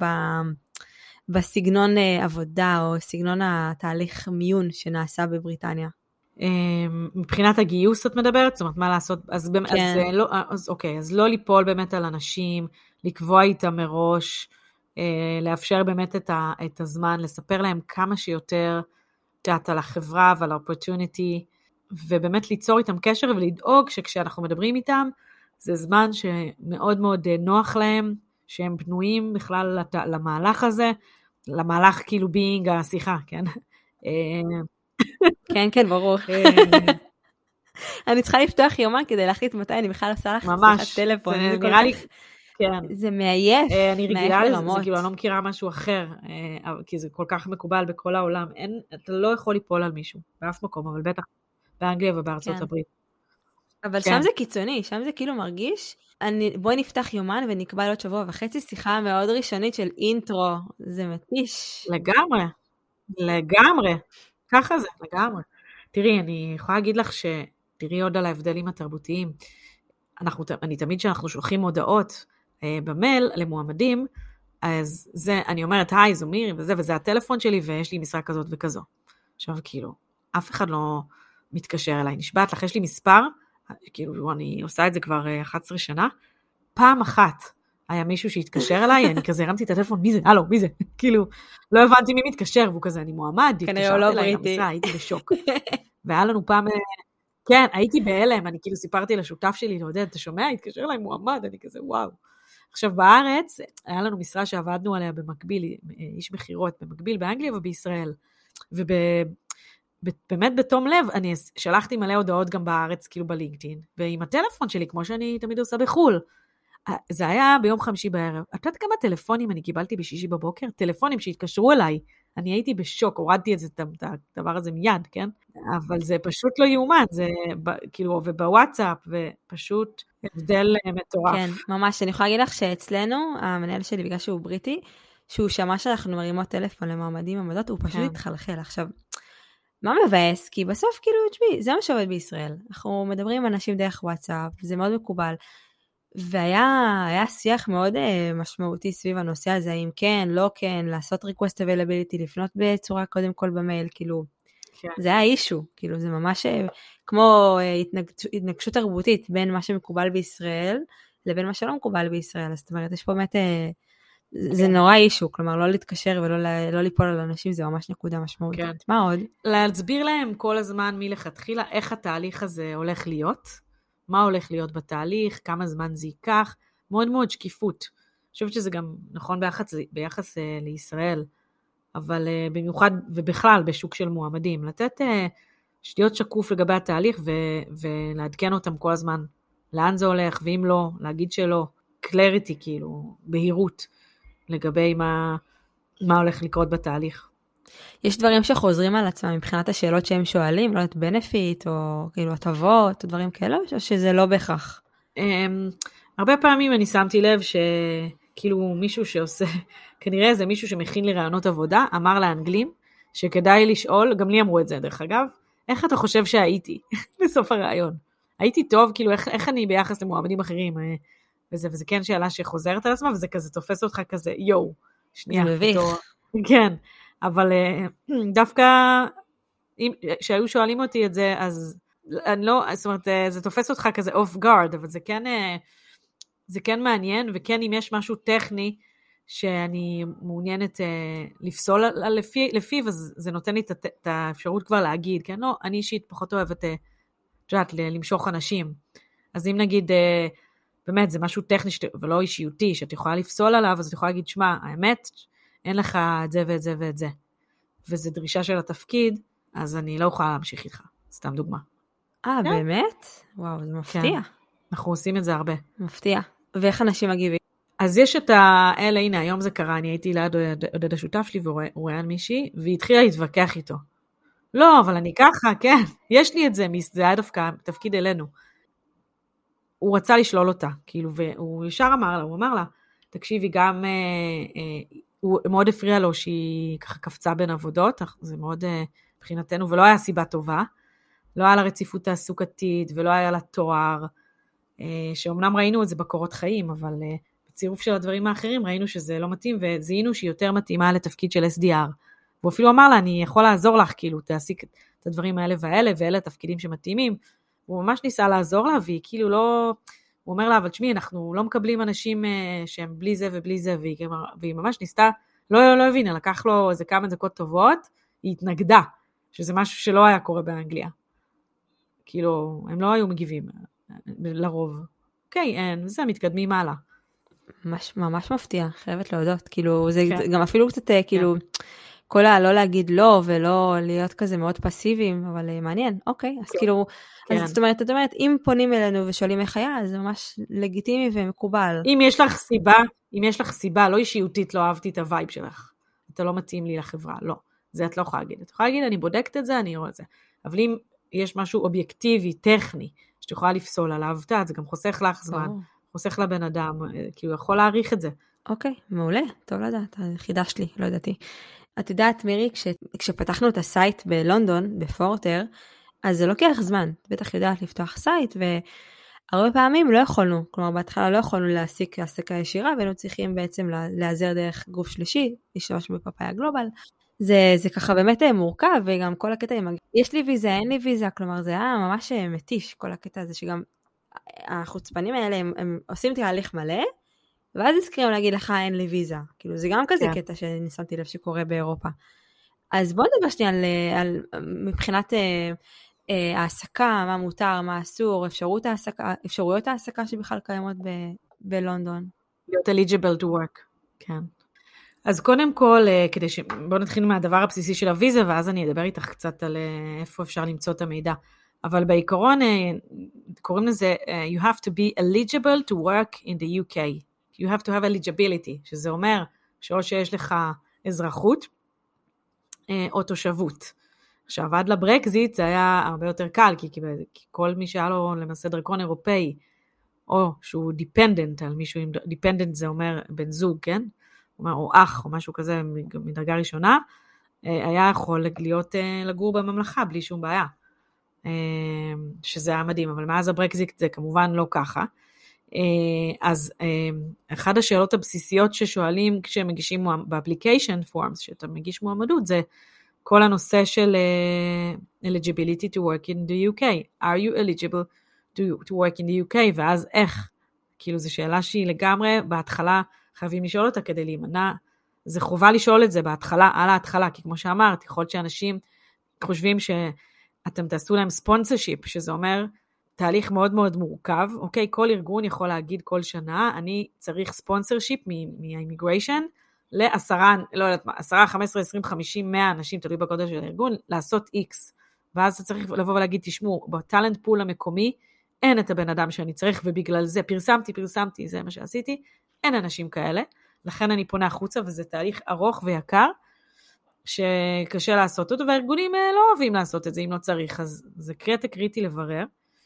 בסגנון עבודה, או סגנון התהליך מיון שנעשה בבריטניה? מבחינת הגיוס את מדברת? זאת אומרת, מה לעשות? אז לא ליפול באמת על אנשים, לקבוע איתם מראש, לאפשר באמת את הזמן, לספר להם כמה שיותר על החברה ועל ה-opportunity, ובאמת ליצור איתם קשר ולדאוג שכשאנחנו מדברים איתם, זה זמן שמאוד מאוד נוח להם, שהם בנויים בכלל למהלך הזה, למהלך כאילו ביינג השיחה, כן? כן, כן, ברור. אני צריכה לפתוח יומן כדי להחליט מתי אני בכלל עושה לך שיחת טלפון. זה נראה לי... כן. זה מעייף. אני רגילה לזה, זה כאילו אני לא מכירה משהו אחר, כי זה כל כך מקובל בכל העולם. אתה לא יכול ליפול על מישהו, באף מקום, אבל בטח באנגליה ובארצות הברית. אבל שם זה קיצוני, שם זה כאילו מרגיש, בואי נפתח יומן ונקבע עוד שבוע וחצי, שיחה מאוד ראשונית של אינטרו, זה מתיש. לגמרי. ככה זה, לגמרי. תראי, אני יכולה להגיד לך תראי עוד על ההבדלים התרבותיים. אני תמיד שאנחנו שולחים הודעות במייל למועמדים, אז זה, אני אומרת, היי, זו מירי, וזה הטלפון שלי, ויש לי משרה כזאת וכזו. עכשיו, כאילו, אף אחד לא מתקשר אליי, נשבעת לך, יש לי מספר, כאילו אני עושה את זה כבר 11 שנה, פעם אחת היה מישהו שהתקשר אליי, אני כזה הרמתי את הטלפון, מי זה? הלו, מי זה? כאילו, לא הבנתי מי מתקשר, והוא כזה, אני מועמד, כנראה הוא לא התקשרתי אליי בריטי. למשרה, הייתי בשוק. והיה לנו פעם, כן, הייתי בהלם, אני כאילו סיפרתי לשותף שלי, לעודד, אתה שומע? התקשר אליי מועמד, אני כזה, וואו. עכשיו, בארץ, היה לנו משרה שעבדנו עליה במקביל, איש מחירות, במקביל באנגליה ובישראל. ובאמת בתום לב, אני שלחתי מלא הודעות גם בארץ, כאילו בלינקדאין, ועם הטלפון שלי, כמו שאני תמיד עושה בחול. זה היה ביום חמישי בערב. את יודעת כמה טלפונים אני קיבלתי בשישי בבוקר? טלפונים שהתקשרו אליי. אני הייתי בשוק, הורדתי את הדבר הזה מיד, כן? אבל זה פשוט לא יאומן, זה כאילו, ובוואטסאפ, ופשוט הבדל מטורף. כן, ממש. אני יכולה להגיד לך שאצלנו, המנהל שלי, בגלל שהוא בריטי, שהוא שמע שאנחנו מרימות טלפון למעמדים עמדות, הוא פשוט התחלחל. עכשיו, מה מבאס? כי בסוף, כאילו, תשמעי, זה מה שעובד בישראל. אנחנו מדברים עם אנשים דרך וואטסאפ, זה מאוד מקובל. והיה שיח מאוד משמעותי סביב הנושא הזה, אם כן, לא כן, לעשות request availability, לפנות בצורה קודם כל במייל, כאילו, כן. זה היה אישו, כאילו, זה ממש כמו התנגשות תרבותית בין מה שמקובל בישראל, לבין מה שלא מקובל בישראל, אז זאת אומרת, יש פה באמת, זה נורא אישו, כלומר, לא להתקשר ולא ליפול על אנשים, זה ממש נקודה משמעותית. כן. מה עוד? להסביר להם כל הזמן מלכתחילה, איך התהליך הזה הולך להיות, מה הולך להיות בתהליך, כמה זמן זה ייקח, מאוד מאוד שקיפות. אני חושבת שזה גם נכון ביחס לישראל, אבל במיוחד ובכלל בשוק של מועמדים, לתת שתיות שקוף לגבי התהליך ולעדכן אותם כל הזמן, לאן זה הולך, ואם לא, להגיד שלא, clarity כאילו, בהירות, לגבי מה הולך לקרות בתהליך. יש דברים שחוזרים על עצמם מבחינת השאלות שהם שואלים, לא את בנפיט או כאילו הטבות או דברים כאלה, או שזה לא בהכרח? הרבה פעמים אני שמתי לב שכאילו מישהו שעושה, כנראה זה מישהו שמכין לי רעיונות עבודה, אמר לאנגלים שכדאי לשאול, גם לי אמרו את זה דרך אגב, איך אתה חושב שהייתי בסוף הרעיון? הייתי טוב, כאילו איך אני ביחס למועמדים אחרים, וזה כן שאלה שחוזרת על עצמה, וזה כזה תופס אותך כזה, יו, שנייה. זה מביך. כן. אבל דווקא, שהיו שואלים אותי את זה, אז אני לא, זאת אומרת, זה תופס אותך כזה off guard, אבל זה כן מעניין, וכן אם יש משהו טכני, שאני מעוניינת לפסול לפיו, אז זה נותן לי את האפשרות כבר להגיד, כן, לא, אני אישית פחות אוהבת, את יודעת, למשוך אנשים. אז אם נגיד, באמת, זה משהו טכני ולא אישיותי, שאת יכולה לפסול עליו, אז את יכולה להגיד, שמע, האמת, אין לך את זה ואת זה ואת זה. וזו דרישה של התפקיד, אז אני לא יכולה להמשיך איתך. סתם דוגמה. באמת? וואו, זה מפתיע. כן. אנחנו עושים את זה הרבה. מפתיע. ואיך אנשים מגיבים? אז יש את האלה, הנה, היום זה קרה, אני הייתי ליד עודד השותף שלי, והוא רואה על מישהי, והיא התחילה להתווכח איתו. לא, אבל אני ככה, כן, יש לי את זה, זה היה דווקא תפקיד אלינו. הוא רצה לשלול אותה, כאילו, והוא ישר הוא אמר לה, תקשיבי, גם, הוא מאוד הפריע לו שהיא ככה קפצה בין עבודות, זה מאוד מבחינתנו, ולא היה סיבה טובה, לא היה לה רציפות תעסוקתית, ולא היה לה תואר, שאומנם ראינו את זה בקורות חיים, אבל בצירוף של הדברים האחרים ראינו שזה לא מתאים, וזיהינו שהיא יותר מתאימה לתפקיד של SDR. והוא אפילו אמר לה, אני יכול לעזור לך, כאילו, תעסיק את הדברים האלה והאלה, ואלה התפקידים שמתאימים. הוא ממש ניסה לעזור לה, והיא כאילו לא, הוא אומר לה, אבל תשמעי, אנחנו לא מקבלים אנשים שהם בלי זה ובלי זה, והיא ממש ניסתה, לא הבינה, לקח לו איזה כמה דקות טובות, היא התנגדה, שזה משהו שלא היה קורה באנגליה. כאילו, הם לא היו מגיבים, לרוב. אוקיי, אין, זה מתקדמים הלאה. ממש מפתיע, חייבת להודות. כאילו, זה גם אפילו קצת, כאילו, כל לא להגיד לא, ולא להיות כזה מאוד פסיביים, אבל מעניין, אוקיי, אז כאילו, אז זאת אומרת, אם פונים אלינו ושואלים איך היה, זה ממש לגיטימי ומקובל. אם יש לך סיבה, לא אישיותית, לא אהבתי את הווייב שלך, אתה לא מתאים לי לחברה, לא, זה את לא יכולה להגיד. את יכולה להגיד, אני בודקת את זה, אני רואה את זה. אבל אם יש משהו אובייקטיבי, טכני, שאת יכולה לפסול עליו, זה גם חוסך לך זמן, חוסך לבן אדם, כי הוא יכול להעריך את זה. אוקיי, מעולה, טוב לדעת, חידשת לי, לא ידעתי. את יודעת, מירי, כשפתחנו את הסייט בלונדון, בפורטר, אז זה לוקח זמן, בטח יודעת לפתוח סייט, והרבה פעמים לא יכולנו, כלומר בהתחלה לא יכולנו להעסקה ישירה, והיינו צריכים בעצם להיעזר דרך גוף שלישי, להשתמש בפאפאיה גלובל, זה ככה באמת מורכב, וגם כל הקטע, יש לי ויזה, אין לי ויזה, כלומר זה היה ממש מתיש, כל הקטע הזה, שגם החוצפנים האלה, הם עושים תהליך מלא, ואז נזכרים להגיד לך אין לי ויזה, כאילו זה גם כזה קטע שאני שמתי לב שקורה באירופה. אז בואו נדבר שנייה על מבחינת העסקה, מה מותר, מה אסור, אפשרויות העסקה שבכלל קיימות בלונדון. להיות eligible to work, כן. אז קודם כל, בואו נתחיל מהדבר הבסיסי של הוויזה, ואז אני אדבר איתך קצת על איפה אפשר למצוא את המידע. אבל בעיקרון, קוראים לזה, you have to be eligible to work in the UK. You have to have eligibility, שזה אומר שאו שיש לך אזרחות, או תושבות. עכשיו, עד לברקזיט זה היה הרבה יותר קל, כי כל מי שהיה לו למעשה דרכון אירופאי, או שהוא dependent על מישהו, dependent זה אומר בן זוג, כן? או אח, או משהו כזה מדרגה ראשונה, היה יכול לגור בממלכה בלי שום בעיה. שזה היה מדהים, אבל מאז הברקזיט זה כמובן לא ככה. אז אחת השאלות הבסיסיות ששואלים כשמגישים באפליקיישן פורמס, שאתה מגיש מועמדות, זה כל הנושא של eligibility to work in the UK. Are you eligible to work in the UK? ואז איך? כאילו זו שאלה שהיא לגמרי, בהתחלה חייבים לשאול אותה כדי להימנע. זה חובה לשאול את זה בהתחלה, על ההתחלה, כי כמו שאמרת, יכול להיות שאנשים חושבים שאתם תעשו להם ספונסרשיפ, שזה אומר תהליך מאוד מאוד מורכב, אוקיי? כל ארגון יכול להגיד כל שנה, אני צריך ספונסרשיפ מהאימיגריישן, ל10, לא יודעת מה, 10, 15, 20, 50, 100 אנשים, תלוי בגודל של הארגון, לעשות X. ואז אתה צריך לבוא ולהגיד, תשמעו, בטלנט פול המקומי, אין את הבן אדם שאני צריך, ובגלל זה פרסמתי, זה מה שעשיתי, אין אנשים כאלה, לכן אני פונה החוצה, וזה תהליך ארוך ויקר, שקשה לעשות אותו, והארגונים לא אוהבים לעשות את זה, אם לא צריך, אז זה קריטי לברר,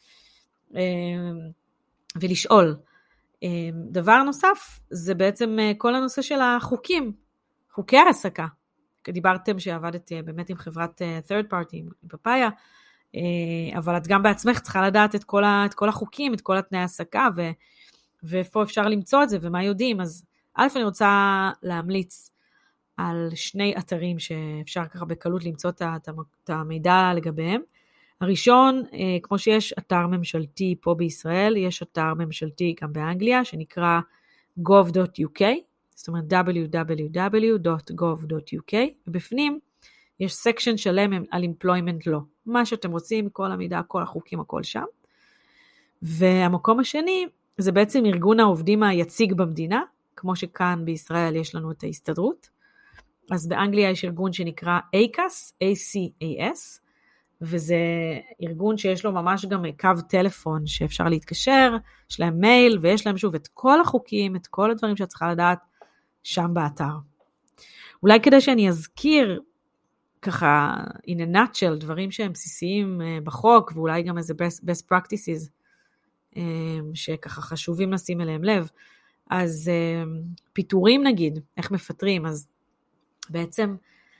ולשאול. דבר נוסף, זה בעצם כל הנושא של החוקים, חוקי העסקה. דיברתם שעבדת באמת עם חברת third party, עם פאפאיה, אבל את גם בעצמך צריכה לדעת את כל החוקים, את כל התנאי העסקה, ואיפה אפשר למצוא את זה, ומה יודעים. אז א', אני רוצה להמליץ על 2 אתרים שאפשר ככה בקלות למצוא את המידע לגביהם. הראשון, כמו שיש אתר ממשלתי פה בישראל, יש אתר ממשלתי גם באנגליה, שנקרא gov.uk, זאת אומרת www.gov.uk, ובפנים יש סקשן שלם על employment law, מה שאתם רוצים, כל המידע, כל החוקים, הכל שם. והמקום השני, זה בעצם ארגון העובדים היציג במדינה, כמו שכאן בישראל יש לנו את ההסתדרות, אז באנגליה יש ארגון שנקרא ACAS, ACAS, וזה ארגון שיש לו ממש גם קו טלפון שאפשר להתקשר, יש להם מייל, ויש להם שוב את כל החוקים, את כל הדברים שאת צריכה לדעת שם באתר. אולי כדי שאני אזכיר ככה, in a nutshell, דברים שהם בסיסיים בחוק, ואולי גם איזה best practices, שככה חשובים לשים אליהם לב, אז פיטורים נגיד, איך מפטרים, אז בעצם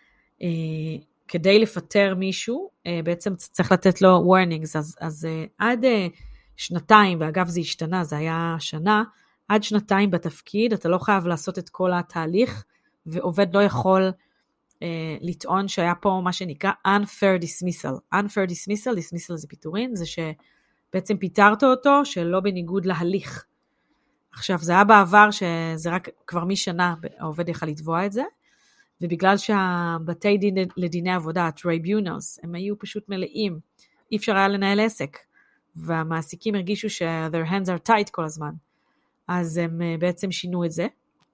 כדי לפטר מישהו, בעצם צריך לתת לו warnings, אז עד 2, ואגב זה השתנה, זה היה שנה, עד 2 בתפקיד, אתה לא חייב לעשות את כל התהליך, ועובד לא יכול לטעון שהיה פה מה שנקרא unfair dismissal. unfair dismissal זה פיטורין, זה שבעצם פיטרת אותו שלא בניגוד להליך. עכשיו, זה היה בעבר שזה רק כבר משנה העובד יכל לתבוע את זה, ובגלל שהבתי דין לדיני עבודה, טריביונלס, הם היו פשוט מלאים, אי אפשר היה לנהל עסק, והמעסיקים הרגישו ש-their hands are tight כל הזמן, אז הם בעצם שינו את זה,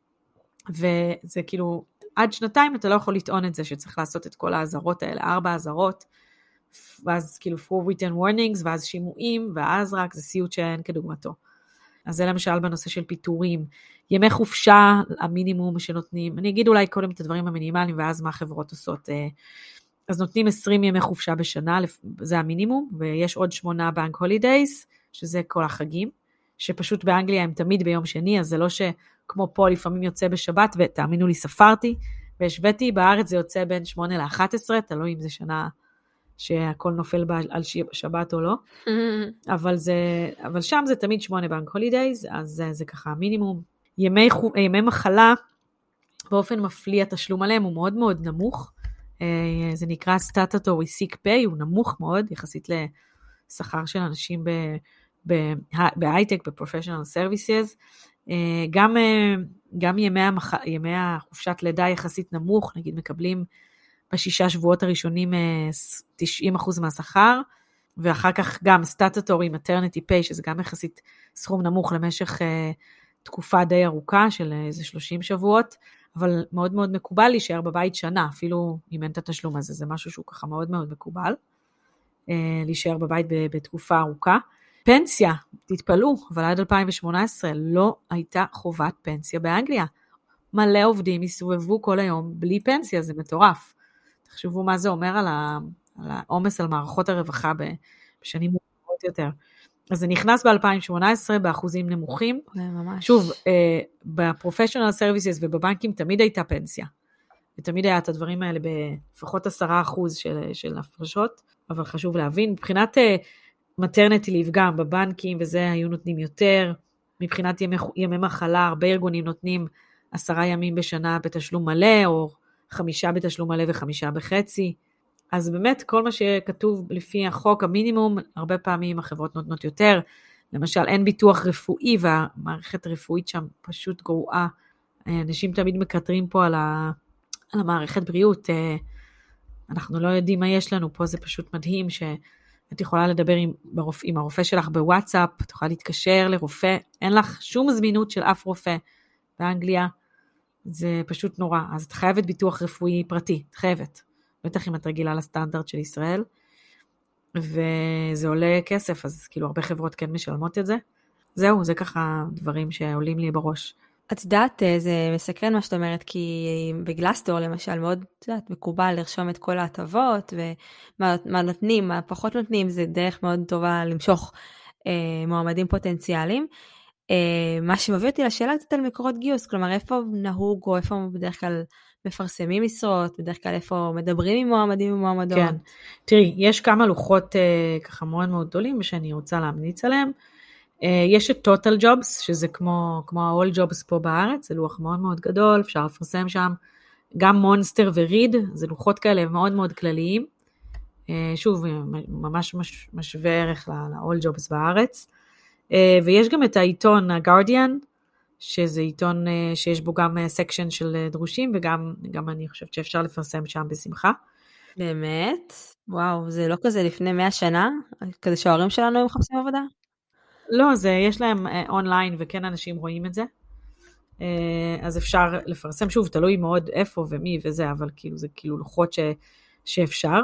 וזה כאילו, עד 2 אתה לא יכול לטעון את זה, שצריך לעשות את כל האזהרות האלה, 4 אזהרות, ואז כאילו 4 written warnings, ואז שימועים, ואז רק זה סיוט שאין כדוגמתו. אז זה למשל בנושא של פיטורים, ימי חופשה, המינימום שנותנים, אני אגיד אולי קודם את הדברים המינימליים, ואז מה החברות עושות, אז נותנים 20 ימי חופשה בשנה, זה המינימום, ויש עוד 8 בנק הולידייז, שזה כל החגים, שפשוט באנגליה הם תמיד ביום שני, אז זה לא שכמו פה לפעמים יוצא בשבת, ותאמינו לי ספרתי, והשוויתי, בארץ זה יוצא בין 8 ל-11, תלוי אם זה שנה שהכל נופל על שבת או לא, אבל שם זה תמיד 8 בנק הולידייז, אז זה ככה המינימום. ימי מחלה, באופן מפליע, התשלום עליהם הוא מאוד מאוד נמוך, זה נקרא Statutory Sick Pay, הוא נמוך מאוד, יחסית לשכר של אנשים בהייטק, ב-Professional Services. גם ימי החופשת לידה יחסית נמוך, נגיד מקבלים ב6 שבועות הראשונים 90% מהשכר, ואחר כך גם Statutory Maternity Pay, שזה גם יחסית סכום נמוך למשך תקופה די ארוכה של איזה 30 שבועות, אבל מאוד מאוד מקובל להישאר בבית שנה, אפילו אם אין את התשלום הזה, זה משהו שהוא ככה מאוד מאוד מקובל, להישאר בבית בתקופה ארוכה. פנסיה, תתפלאו, אבל עד 2018 לא הייתה חובת פנסיה באנגליה. מלא עובדים יסובבו כל היום בלי פנסיה, זה מטורף. תחשבו מה זה אומר על העומס על מערכות הרווחה בשנים מוקדמות יותר. אז זה נכנס ב-2018 באחוזים נמוכים. ממש. שוב, ב-Professional Services ובבנקים תמיד הייתה פנסיה. ותמיד היה את הדברים האלה בפחות 10% של הפרשות, אבל חשוב להבין, מבחינת מטרנטי ליב גם בבנקים, וזה היו נותנים יותר, מבחינת ימי מחלה, הרבה ארגונים נותנים 10 ימים בשנה בתשלום מלא, או 5 בתשלום מלא ו5 בחצי, אז באמת כל מה שכתוב לפי החוק המינימום, הרבה פעמים החברות נותנות יותר, למשל אין ביטוח רפואי, והמערכת הרפואית שם פשוט גרועה, אנשים תמיד מקטרים פה על המערכת בריאות, אנחנו לא יודעים מה יש לנו פה, זה פשוט מדהים שאת יכולה לדבר עם הרופא שלך בוואטסאפ, את יכולה להתקשר לרופא, אין לך שום זמינות של אף רופא באנגליה, זה פשוט נורא, אז את חייבת ביטוח רפואי פרטי, את חייבת, בטח אם את רגילה לסטנדרט של ישראל, וזה עולה כסף, אז כאילו הרבה חברות כן משלמות את זה, זהו, זה ככה דברים שעולים לי בראש. את יודעת, זה מסקרן מה שאת אומרת, כי בגלסטור למשל מאוד מקובל לרשום את כל ההטבות, ומה נותנים, מה פחות נותנים, זה דרך מאוד טובה למשוך מועמדים פוטנציאליים. מה שמביא אותי לשאלה קצת על מקורות גיוס, כלומר איפה נהוג או איפה בדרך כלל מפרסמים משרות, בדרך כלל איפה מדברים עם מועמדים ומועמדות. כן, תראי, יש כמה לוחות ככה מאוד מאוד גדולים שאני רוצה להמליץ עליהם, יש את Total Jobs, שזה כמו ה-All Jobs פה בארץ, זה לוח מאוד מאוד גדול, אפשר לפרסם שם, גם מונסטר וריד, זה לוחות כאלה מאוד מאוד כלליים, שוב, ממש משווה ערך ל-All Jobs בארץ, ויש גם את העיתון ה-Guardian, שזה עיתון שיש בו גם סקשן של דרושים, וגם אני חושבת שאפשר לפרסם שם בשמחה. באמת? וואו, זה לא כזה לפני 100 שנה? כזה שההורים שלנו מחפשים עבודה? לא, יש להם אונליין, וכן אנשים רואים את זה. אז אפשר לפרסם, שוב, תלוי מאוד איפה ומי וזה, אבל כאילו זה כאילו לוחות שאפשר.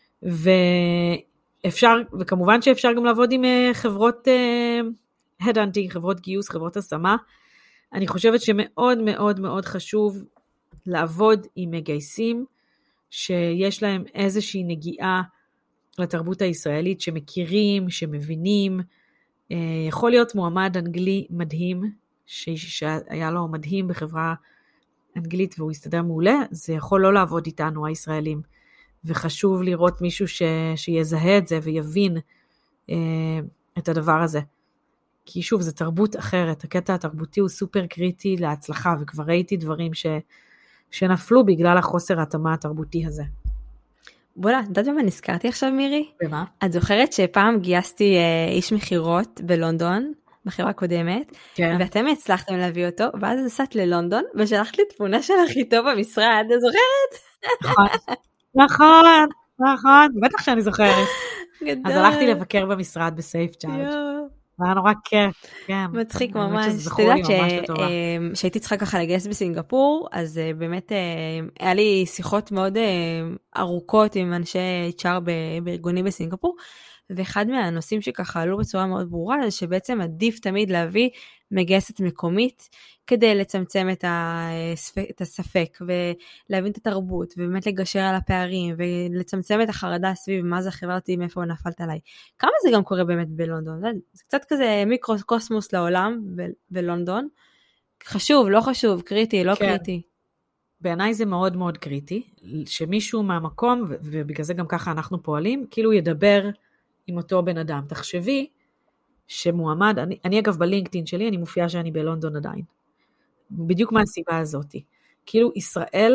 וכמובן שאפשר גם לעבוד עם חברות headhunting, חברות גיוס, חברות השמה. אני חושבת שמאוד מאוד מאוד חשוב לעבוד עם מגייסים, שיש להם איזושהי נגיעה לתרבות הישראלית, שמכירים, שמבינים, יכול להיות מועמד אנגלי מדהים, שהיה לו מדהים בחברה אנגלית והוא יסתדר מעולה, זה יכול לא לעבוד איתנו הישראלים, וחשוב לראות מישהו שיזהה את זה ויבין את הדבר הזה. כי שוב, זה תרבות אחרת, הקטע התרבותי הוא סופר קריטי להצלחה, וכבר ראיתי דברים שנפלו בגלל החוסר ההתאמה התרבותי הזה. בוא'לה, יודעת במה נזכרתי עכשיו מירי? במה? את זוכרת שפעם גייסתי איש מכירות בלונדון, בחברה קודמת, כן. ואתם הצלחתם להביא אותו, ואז נסעת ללונדון, ושלחת לי תמונה שלך איתו במשרד, את זוכרת? נכון, בטח שאני זוכרת. גדול. אז הלכתי לבקר במשרד בסייף צ'ארג'. היה נורא כיף, כן. מצחיק ממש. אתה יודעת שהייתי צריכה ככה לגייס בסינגפור, אז באמת היה לי שיחות מאוד ארוכות עם אנשי HR בארגונים בסינגפור, ואחד מהנושאים שככה עלו בצורה מאוד ברורה, זה שבעצם עדיף תמיד להביא מגייסת מקומית, כדי לצמצם את הספק, ולהבין את התרבות, ובאמת לגשר על הפערים, ולצמצם את החרדה סביב מה זה החברתי, מאיפה נפלת עליי. כמה זה גם קורה באמת בלונדון? זה קצת כזה מיקרוקוסמוס לעולם בלונדון. חשוב, לא חשוב, קריטי, לא קריטי. בעיניי זה מאוד מאוד קריטי, שמישהו מהמקום, ובגלל זה גם ככה אנחנו פועלים, כאילו ידבר עם אותו בן אדם. תחשבי שמועמד, אני אגב בלינקדאין שלי, אני מופיעה שאני בלונדון עדיין. בדיוק מהסיבה הזאת. כאילו ישראל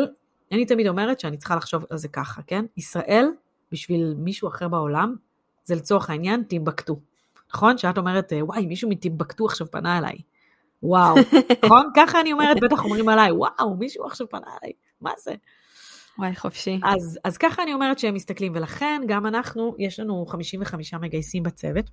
אני תמיד אומרת שאני צריכה לחשוב על זה ככה, כן? ישראל, בשביל מישהו אחר בעולם, זה לצורך העניין טימבקטו. נכון? שאת אומרת, וואי, מישהו מטימבקטו עכשיו פנה אליי. וואו, נכון? ככה אני אומרת, בטח אומרים עליי, וואו, מישהו עכשיו פנה אליי. מה זה? וואי, חופשי. אז ככה אני אומרת שהם מסתכלים, ולכן גם אנחנו, יש לנו 55 מגייסים בצוות,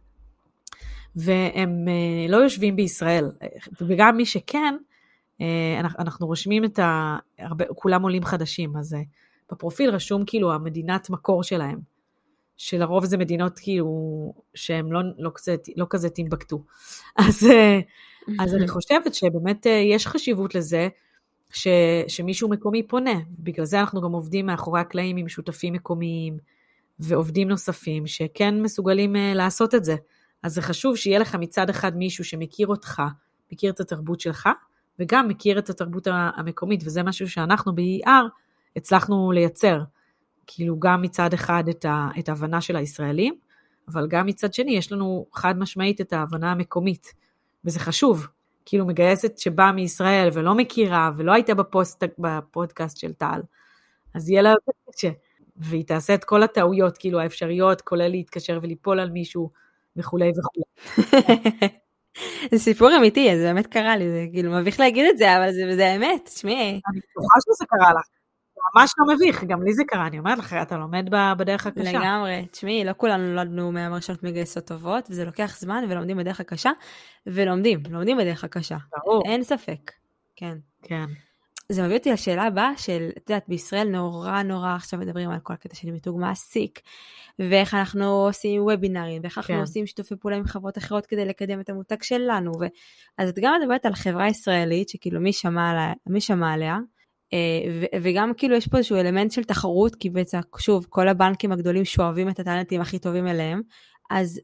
והם לא יושבים בישראל, וגם מי שכן, אנחנו רושמים כולם עולים חדשים, אז בפרופיל רשום כאילו המדינת מקור שלהם, שלרוב זה מדינות כאילו, שהם לא כזה טימבקטו. אז אני חושבת שבאמת יש חשיבות לזה, שמישהו מקומי פונה, בגלל זה אנחנו גם עובדים מאחורי הקלעים עם שותפים מקומיים, ועובדים נוספים שכן מסוגלים לעשות את זה. אז זה חשוב שיהיה לך מצד אחד מישהו שמכיר אותך, מכיר את התרבות שלך, וגם מכיר את התרבות המקומית, וזה משהו שאנחנו ב-ER הצלחנו לייצר, כאילו גם מצד אחד את ההבנה של הישראלים, אבל גם מצד שני יש לנו חד משמעית את ההבנה המקומית, וזה חשוב, כאילו מגייסת שבאה מישראל ולא מכירה, ולא הייתה בפודקאסט של טל, אז יהיה לה יותר קשה, והיא תעשה את כל הטעויות, כאילו האפשריות, כולל להתקשר וליפול על מישהו, וכולי וכולי. זה סיפור אמיתי, זה באמת קרה לי, זה כאילו מביך להגיד את זה, אבל זה אמת, תשמעי. אני בטוחה שזה קרה לך, ממש לא מביך, גם לי זה קרה, אני אומרת לך, אתה לומד בדרך הקשה. לגמרי, תשמעי, לא כולנו נולדנו מהראשונות מגייסות טובות, וזה לוקח זמן, ולומדים בדרך הקשה, לומדים בדרך הקשה. ברור. אין ספק, כן. כן. זה מביא אותי לשאלה הבאה של, את יודעת, בישראל נורא עכשיו מדברים על כל הקטע של מיתוג מעסיק, ואיך אנחנו עושים וובינרים, ואיך אנחנו עושים שיתופי פעולה עם חברות אחרות כדי לקדם את המותג שלנו, אז את גם מדברת על חברה ישראלית, שכאילו מי שמע עליה, וגם כאילו יש פה איזשהו אלמנט של תחרות, כי בעצם, שוב, כל הבנקים הגדולים שואבים את הטלנטים הכי טובים אליהם, אז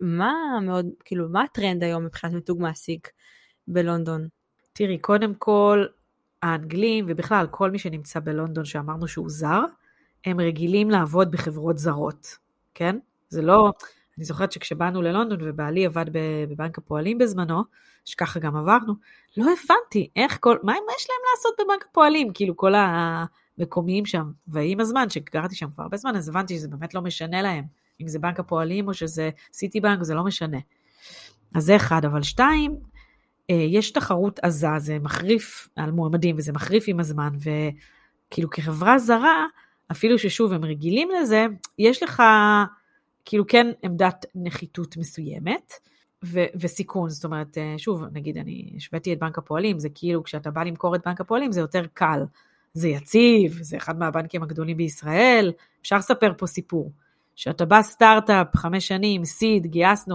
מה הטרנד היום מבחינת מיתוג מעסיק בלונדון? תראי, קודם כל, האנגלים, ובכלל כל מי שנמצא בלונדון שאמרנו שהוא זר, הם רגילים לעבוד בחברות זרות, כן? זה לא, אני זוכרת שכשבאנו ללונדון ובעלי עבד בבנק הפועלים בזמנו, שככה גם עברנו, לא הבנתי מה יש להם לעשות בבנק הפועלים, כאילו כל המקומיים שם, ועם הזמן שגרתי שם כבר הרבה זמן, אז הבנתי שזה באמת לא משנה להם, אם זה בנק הפועלים או שזה סיטי בנק, זה לא משנה. אז זה אחד, אבל שתיים, יש תחרות עזה, זה מחריף על מועמדים, וזה מחריף עם הזמן, וכאילו כחברה זרה, אפילו ששוב הם רגילים לזה, יש לך כאילו כן עמדת נחיתות מסוימת, וסיכון, זאת אומרת, שוב, נגיד אני השוויתי את בנק הפועלים, זה כאילו כשאתה בא למכור את בנק הפועלים, זה יותר קל, זה יציב, זה אחד מהבנקים הגדולים בישראל, אפשר לספר פה סיפור, שאתה בא סטארט-אפ 5 שנים, סיד, גייסנו,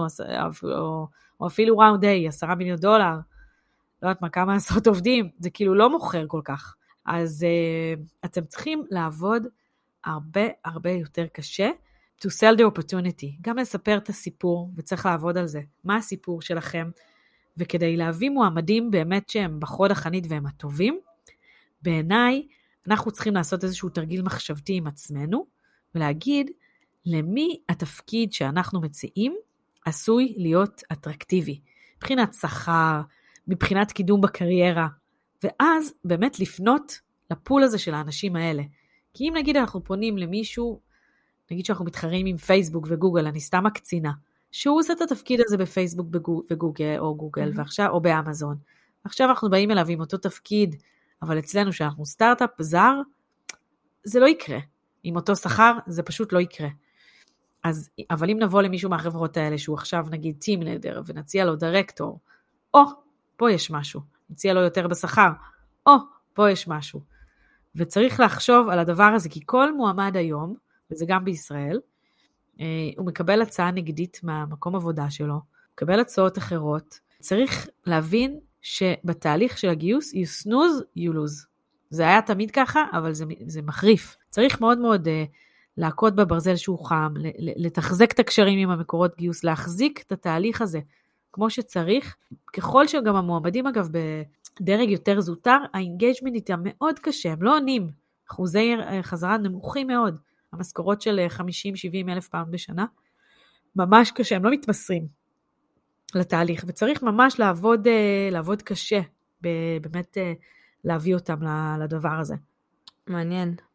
או אפילו ראונד איי, $10 מיליון, לא יודעת מה, כמה עשרות עובדים, זה כאילו לא מוכר כל כך, אז אתם צריכים לעבוד הרבה יותר קשה, to sell the opportunity, גם לספר את הסיפור, וצריך לעבוד על זה, מה הסיפור שלכם, וכדי להביא מועמדים באמת שהם בחוד החנית והם הטובים, בעיניי אנחנו צריכים לעשות איזשהו תרגיל מחשבתי עם עצמנו, ולהגיד למי התפקיד שאנחנו מציעים, עשוי להיות אטרקטיבי, מבחינת שכר, מבחינת קידום בקריירה, ואז באמת לפנות לפול הזה של האנשים האלה, כי אם נגיד אנחנו פונים למישהו, נגיד שאנחנו מתחרים עם פייסבוק וגוגל, אני סתם הקצינה, שהוא עושה את התפקיד הזה בפייסבוק וגוגל, או גוגל, ועכשיו, או באמזון. עכשיו אנחנו באים אליו עם אותו תפקיד, אבל אצלנו שאנחנו סטארט-אפ זר, זה לא יקרה. עם אותו שכר, זה פשוט לא יקרה. אז, אבל אם נבוא למישהו מהחברות האלה, שהוא עכשיו נגיד טים לידר, ונציע לו דירקטור, פה יש משהו. נציע לו יותר בשכר, פה יש משהו. וצריך לחשוב על הדבר הזה, כי כל מועמד היום, וזה גם בישראל, הוא מקבל הצעה נגדית מהמקום עבודה שלו, מקבל הצעות אחרות, צריך להבין שבתהליך של הגיוס, you snooze, you lose. זה היה תמיד ככה, אבל זה מחריף. צריך מאוד מאוד להכות בברזל שהוא חם, לתחזק את הקשרים עם המקורות גיוס, להחזיק את התהליך הזה כמו שצריך, ככל שגם המועמדים אגב בדרג יותר זוטר, האינגייג'מנט איתם מאוד קשה, הם לא עונים, אחוזי חזרה נמוכים מאוד, המשכורות של 50-70 אלף פעם בשנה, ממש קשה, הם לא מתמסרים לתהליך, וצריך ממש לעבוד קשה, באמת להביא אותם לדבר הזה. מעניין.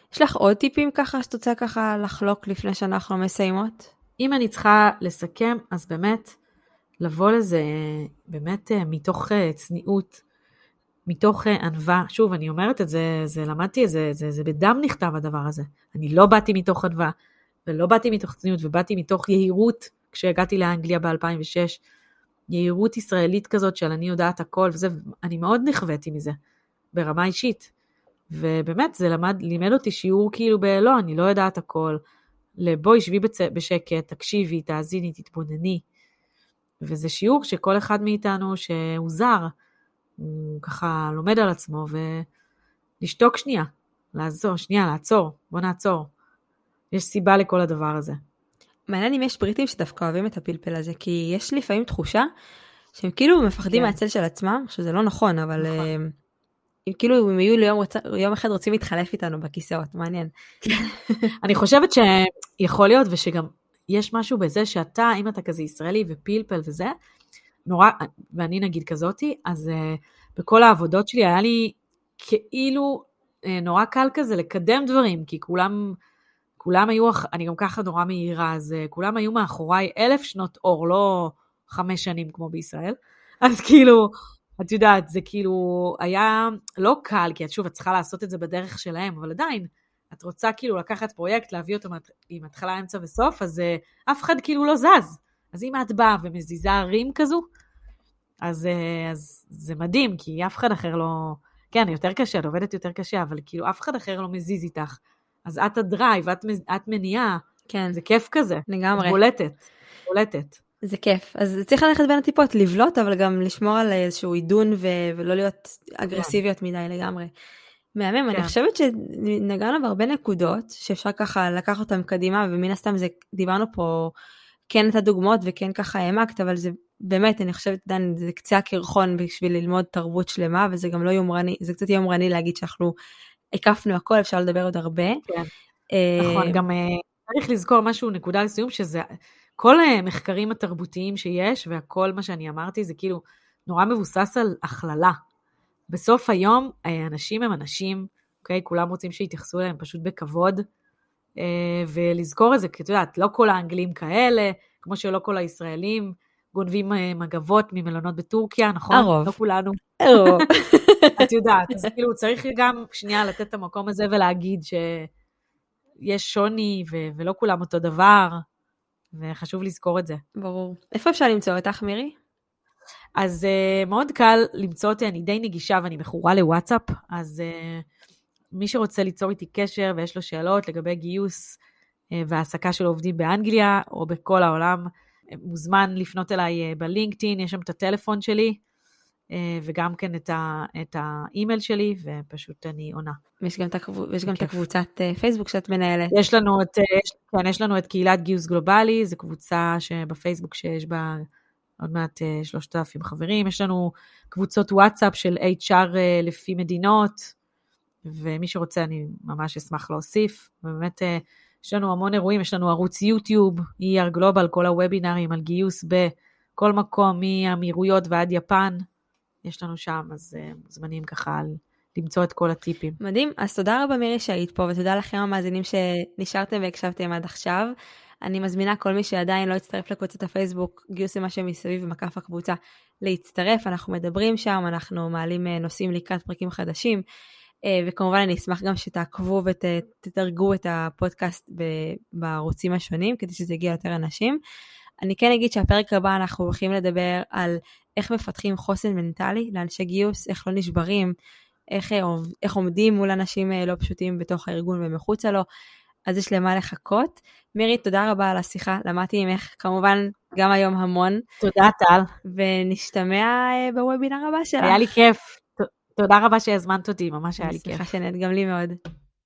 יש לך עוד טיפים ככה שאת רוצה ככה לחלוק לפני שאנחנו מסיימות? אם אני צריכה לסכם, אז באמת לבוא לזה באמת מתוך צניעות, מתוך ענווה. שוב, אני אומרת את זה, למדתי את זה, זה בדם נכתב הדבר הזה. אני לא באתי מתוך ענווה, ולא באתי מתוך צניעות, ובאתי מתוך יהירות, כשהגעתי לאנגליה ב-2006, יהירות ישראלית כזאת של אני יודעת הכל, וזה, אני מאוד נחוויתי מזה, ברמה אישית. ובאמת, זה לימד אותי שיעור כאילו לא, אני לא יודעת הכל, בואי שבי בשקט, תקשיבי, תאזיני, תתבונני. וזה שיעור שכל אחד מאיתנו שהוא זר, הוא ככה לומד על עצמו, ולשתוק שנייה, לעצור, בוא נעצור. יש סיבה לכל הדבר הזה. מעניין אם יש בריטים שדווקא אוהבים את הפלפל הזה, כי יש לפעמים תחושה שהם כאילו מפחדים מהצל של עצמם, שזה לא נכון, אבל כאילו אם יהיו יום אחד רוצים להתחלף איתנו בכיסאות, מעניין. אני חושבת שיכול להיות, ושגם יש משהו בזה שאתה, אם אתה כזה ישראלי ופלפל וזה, נורא, ואני נגיד כזאתי, אז בכל העבודות שלי היה לי כאילו נורא קל כזה לקדם דברים, כי כולם היו, אני גם ככה נורא מהירה, אז כולם היו מאחוריי 1000 שנות אור, לא 5 שנים כמו בישראל, אז כאילו, את יודעת, זה כאילו היה לא קל, כי את צריכה לעשות את זה בדרך שלהם, אבל עדיין, את רוצה כאילו לקחת פרויקט, להביא אותו עם התחלה, אמצע וסוף, אז אף אחד כאילו לא זז. אז אם את באה ומזיזה ערים כזו, אז זה מדהים, כי אף אחד אחר לא, כן, יותר קשה, את עובדת יותר קשה, אבל כאילו אף אחד אחר לא מזיז איתך. אז את הדרייב, את מניעה, כן. זה כיף כזה. לגמרי. בולטת. זה כיף. אז צריך ללכת בין הטיפות, לבלוט, אבל גם לשמור על איזשהו עידון ולא להיות אגרסיביות מדי לגמרי. מהמם, אני חושבת שנגענו בהרבה נקודות, שאפשר ככה לקח אותם קדימה, ומן הסתם דיברנו פה, כן את הדוגמאות, וכן ככה העמקת, אבל זה באמת, אני חושבת, דן, זה קצה הקרחון בשביל ללמוד תרבות שלמה, וזה גם לא יומרני, זה קצת יומרני להגיד שאנחנו הקפנו הכל, אפשר לדבר עוד הרבה. כן, נכון, גם צריך לזכור משהו, נקודה לסיום, שזה כל המחקרים התרבותיים שיש, והכל מה שאני אמרתי, זה כאילו נורא מבוסס על הכללה. בסוף היום, אנשים הם אנשים, אוקיי? כולם רוצים שיתייחסו אליהם פשוט בכבוד, ולזכור את זה, כי את יודעת, לא כל האנגלים כאלה, כמו שלא כל הישראלים, גונבים מגבות ממלונות בטורקיה, נכון? הרוב. לא כולנו. הרוב. את יודעת, אז כאילו צריך גם שנייה לתת את המקום הזה ולהגיד שיש שוני ולא כולם אותו דבר, וחשוב לזכור את זה. ברור. איפה אפשר למצוא אותך, מירי? אז מאוד קל למצוא אותי, אני די נגישה ואני מכורה לוואטסאפ, אז מי שרוצה ליצור איתי קשר ויש לו שאלות לגבי גיוס והעסקה של עובדים באנגליה או בכל העולם, מוזמן לפנות אליי בלינקדאין, יש שם את הטלפון שלי, וגם כן את האימייל שלי, ופשוט אני עונה. יש גם את הקבוצת פייסבוק שאת מנהלת. יש לנו את קהילת גיוס גלובלי, זו קבוצה שבפייסבוק שיש בה עוד מעט 3,000 חברים, יש לנו קבוצות וואטסאפ של HR לפי מדינות, ומי שרוצה אני ממש אשמח להוסיף, ובאמת יש לנו המון אירועים, יש לנו ערוץ יוטיוב, ER גלובל, כל הוובינרים על גיוס בכל מקום, מהאמירויות ועד יפן, יש לנו שם, אז מוזמנים ככה למצוא את כל הטיפים. מדהים, אז תודה רבה מירי שהיית פה, ותודה לכם המאזינים שנשארתם והקשבתם עד עכשיו. אני מזמינה כל מי שעדיין לא יצטרף לקבוצת הפייסבוק, גיוס עם מה שמסביב ומקף הקבוצה, להצטרף, אנחנו מדברים שם, אנחנו מעלים נושאים לקראת פרקים חדשים, וכמובן אני אשמח גם שתעקבו ותתרגו את הפודקאסט בערוצים השונים, כדי שזה יגיע יותר אנשים. אני כן אגיד שהפרק הבא אנחנו הולכים לדבר על איך מפתחים חוסן מנטלי לאנשי גיוס, איך לא נשברים, איך עומדים מול אנשים לא פשוטים בתוך הארגון ומחוצה לו, אז יש למה לחכות. מירי, תודה רבה על השיחה, למדתי ממך כמובן גם היום המון. תודה טל. ונשתמע בוובינר הבא שלך. היה לי כיף. תודה רבה שהזמנת אותי, ממש היה לי כיף. סליחה שנית, גם לי מאוד.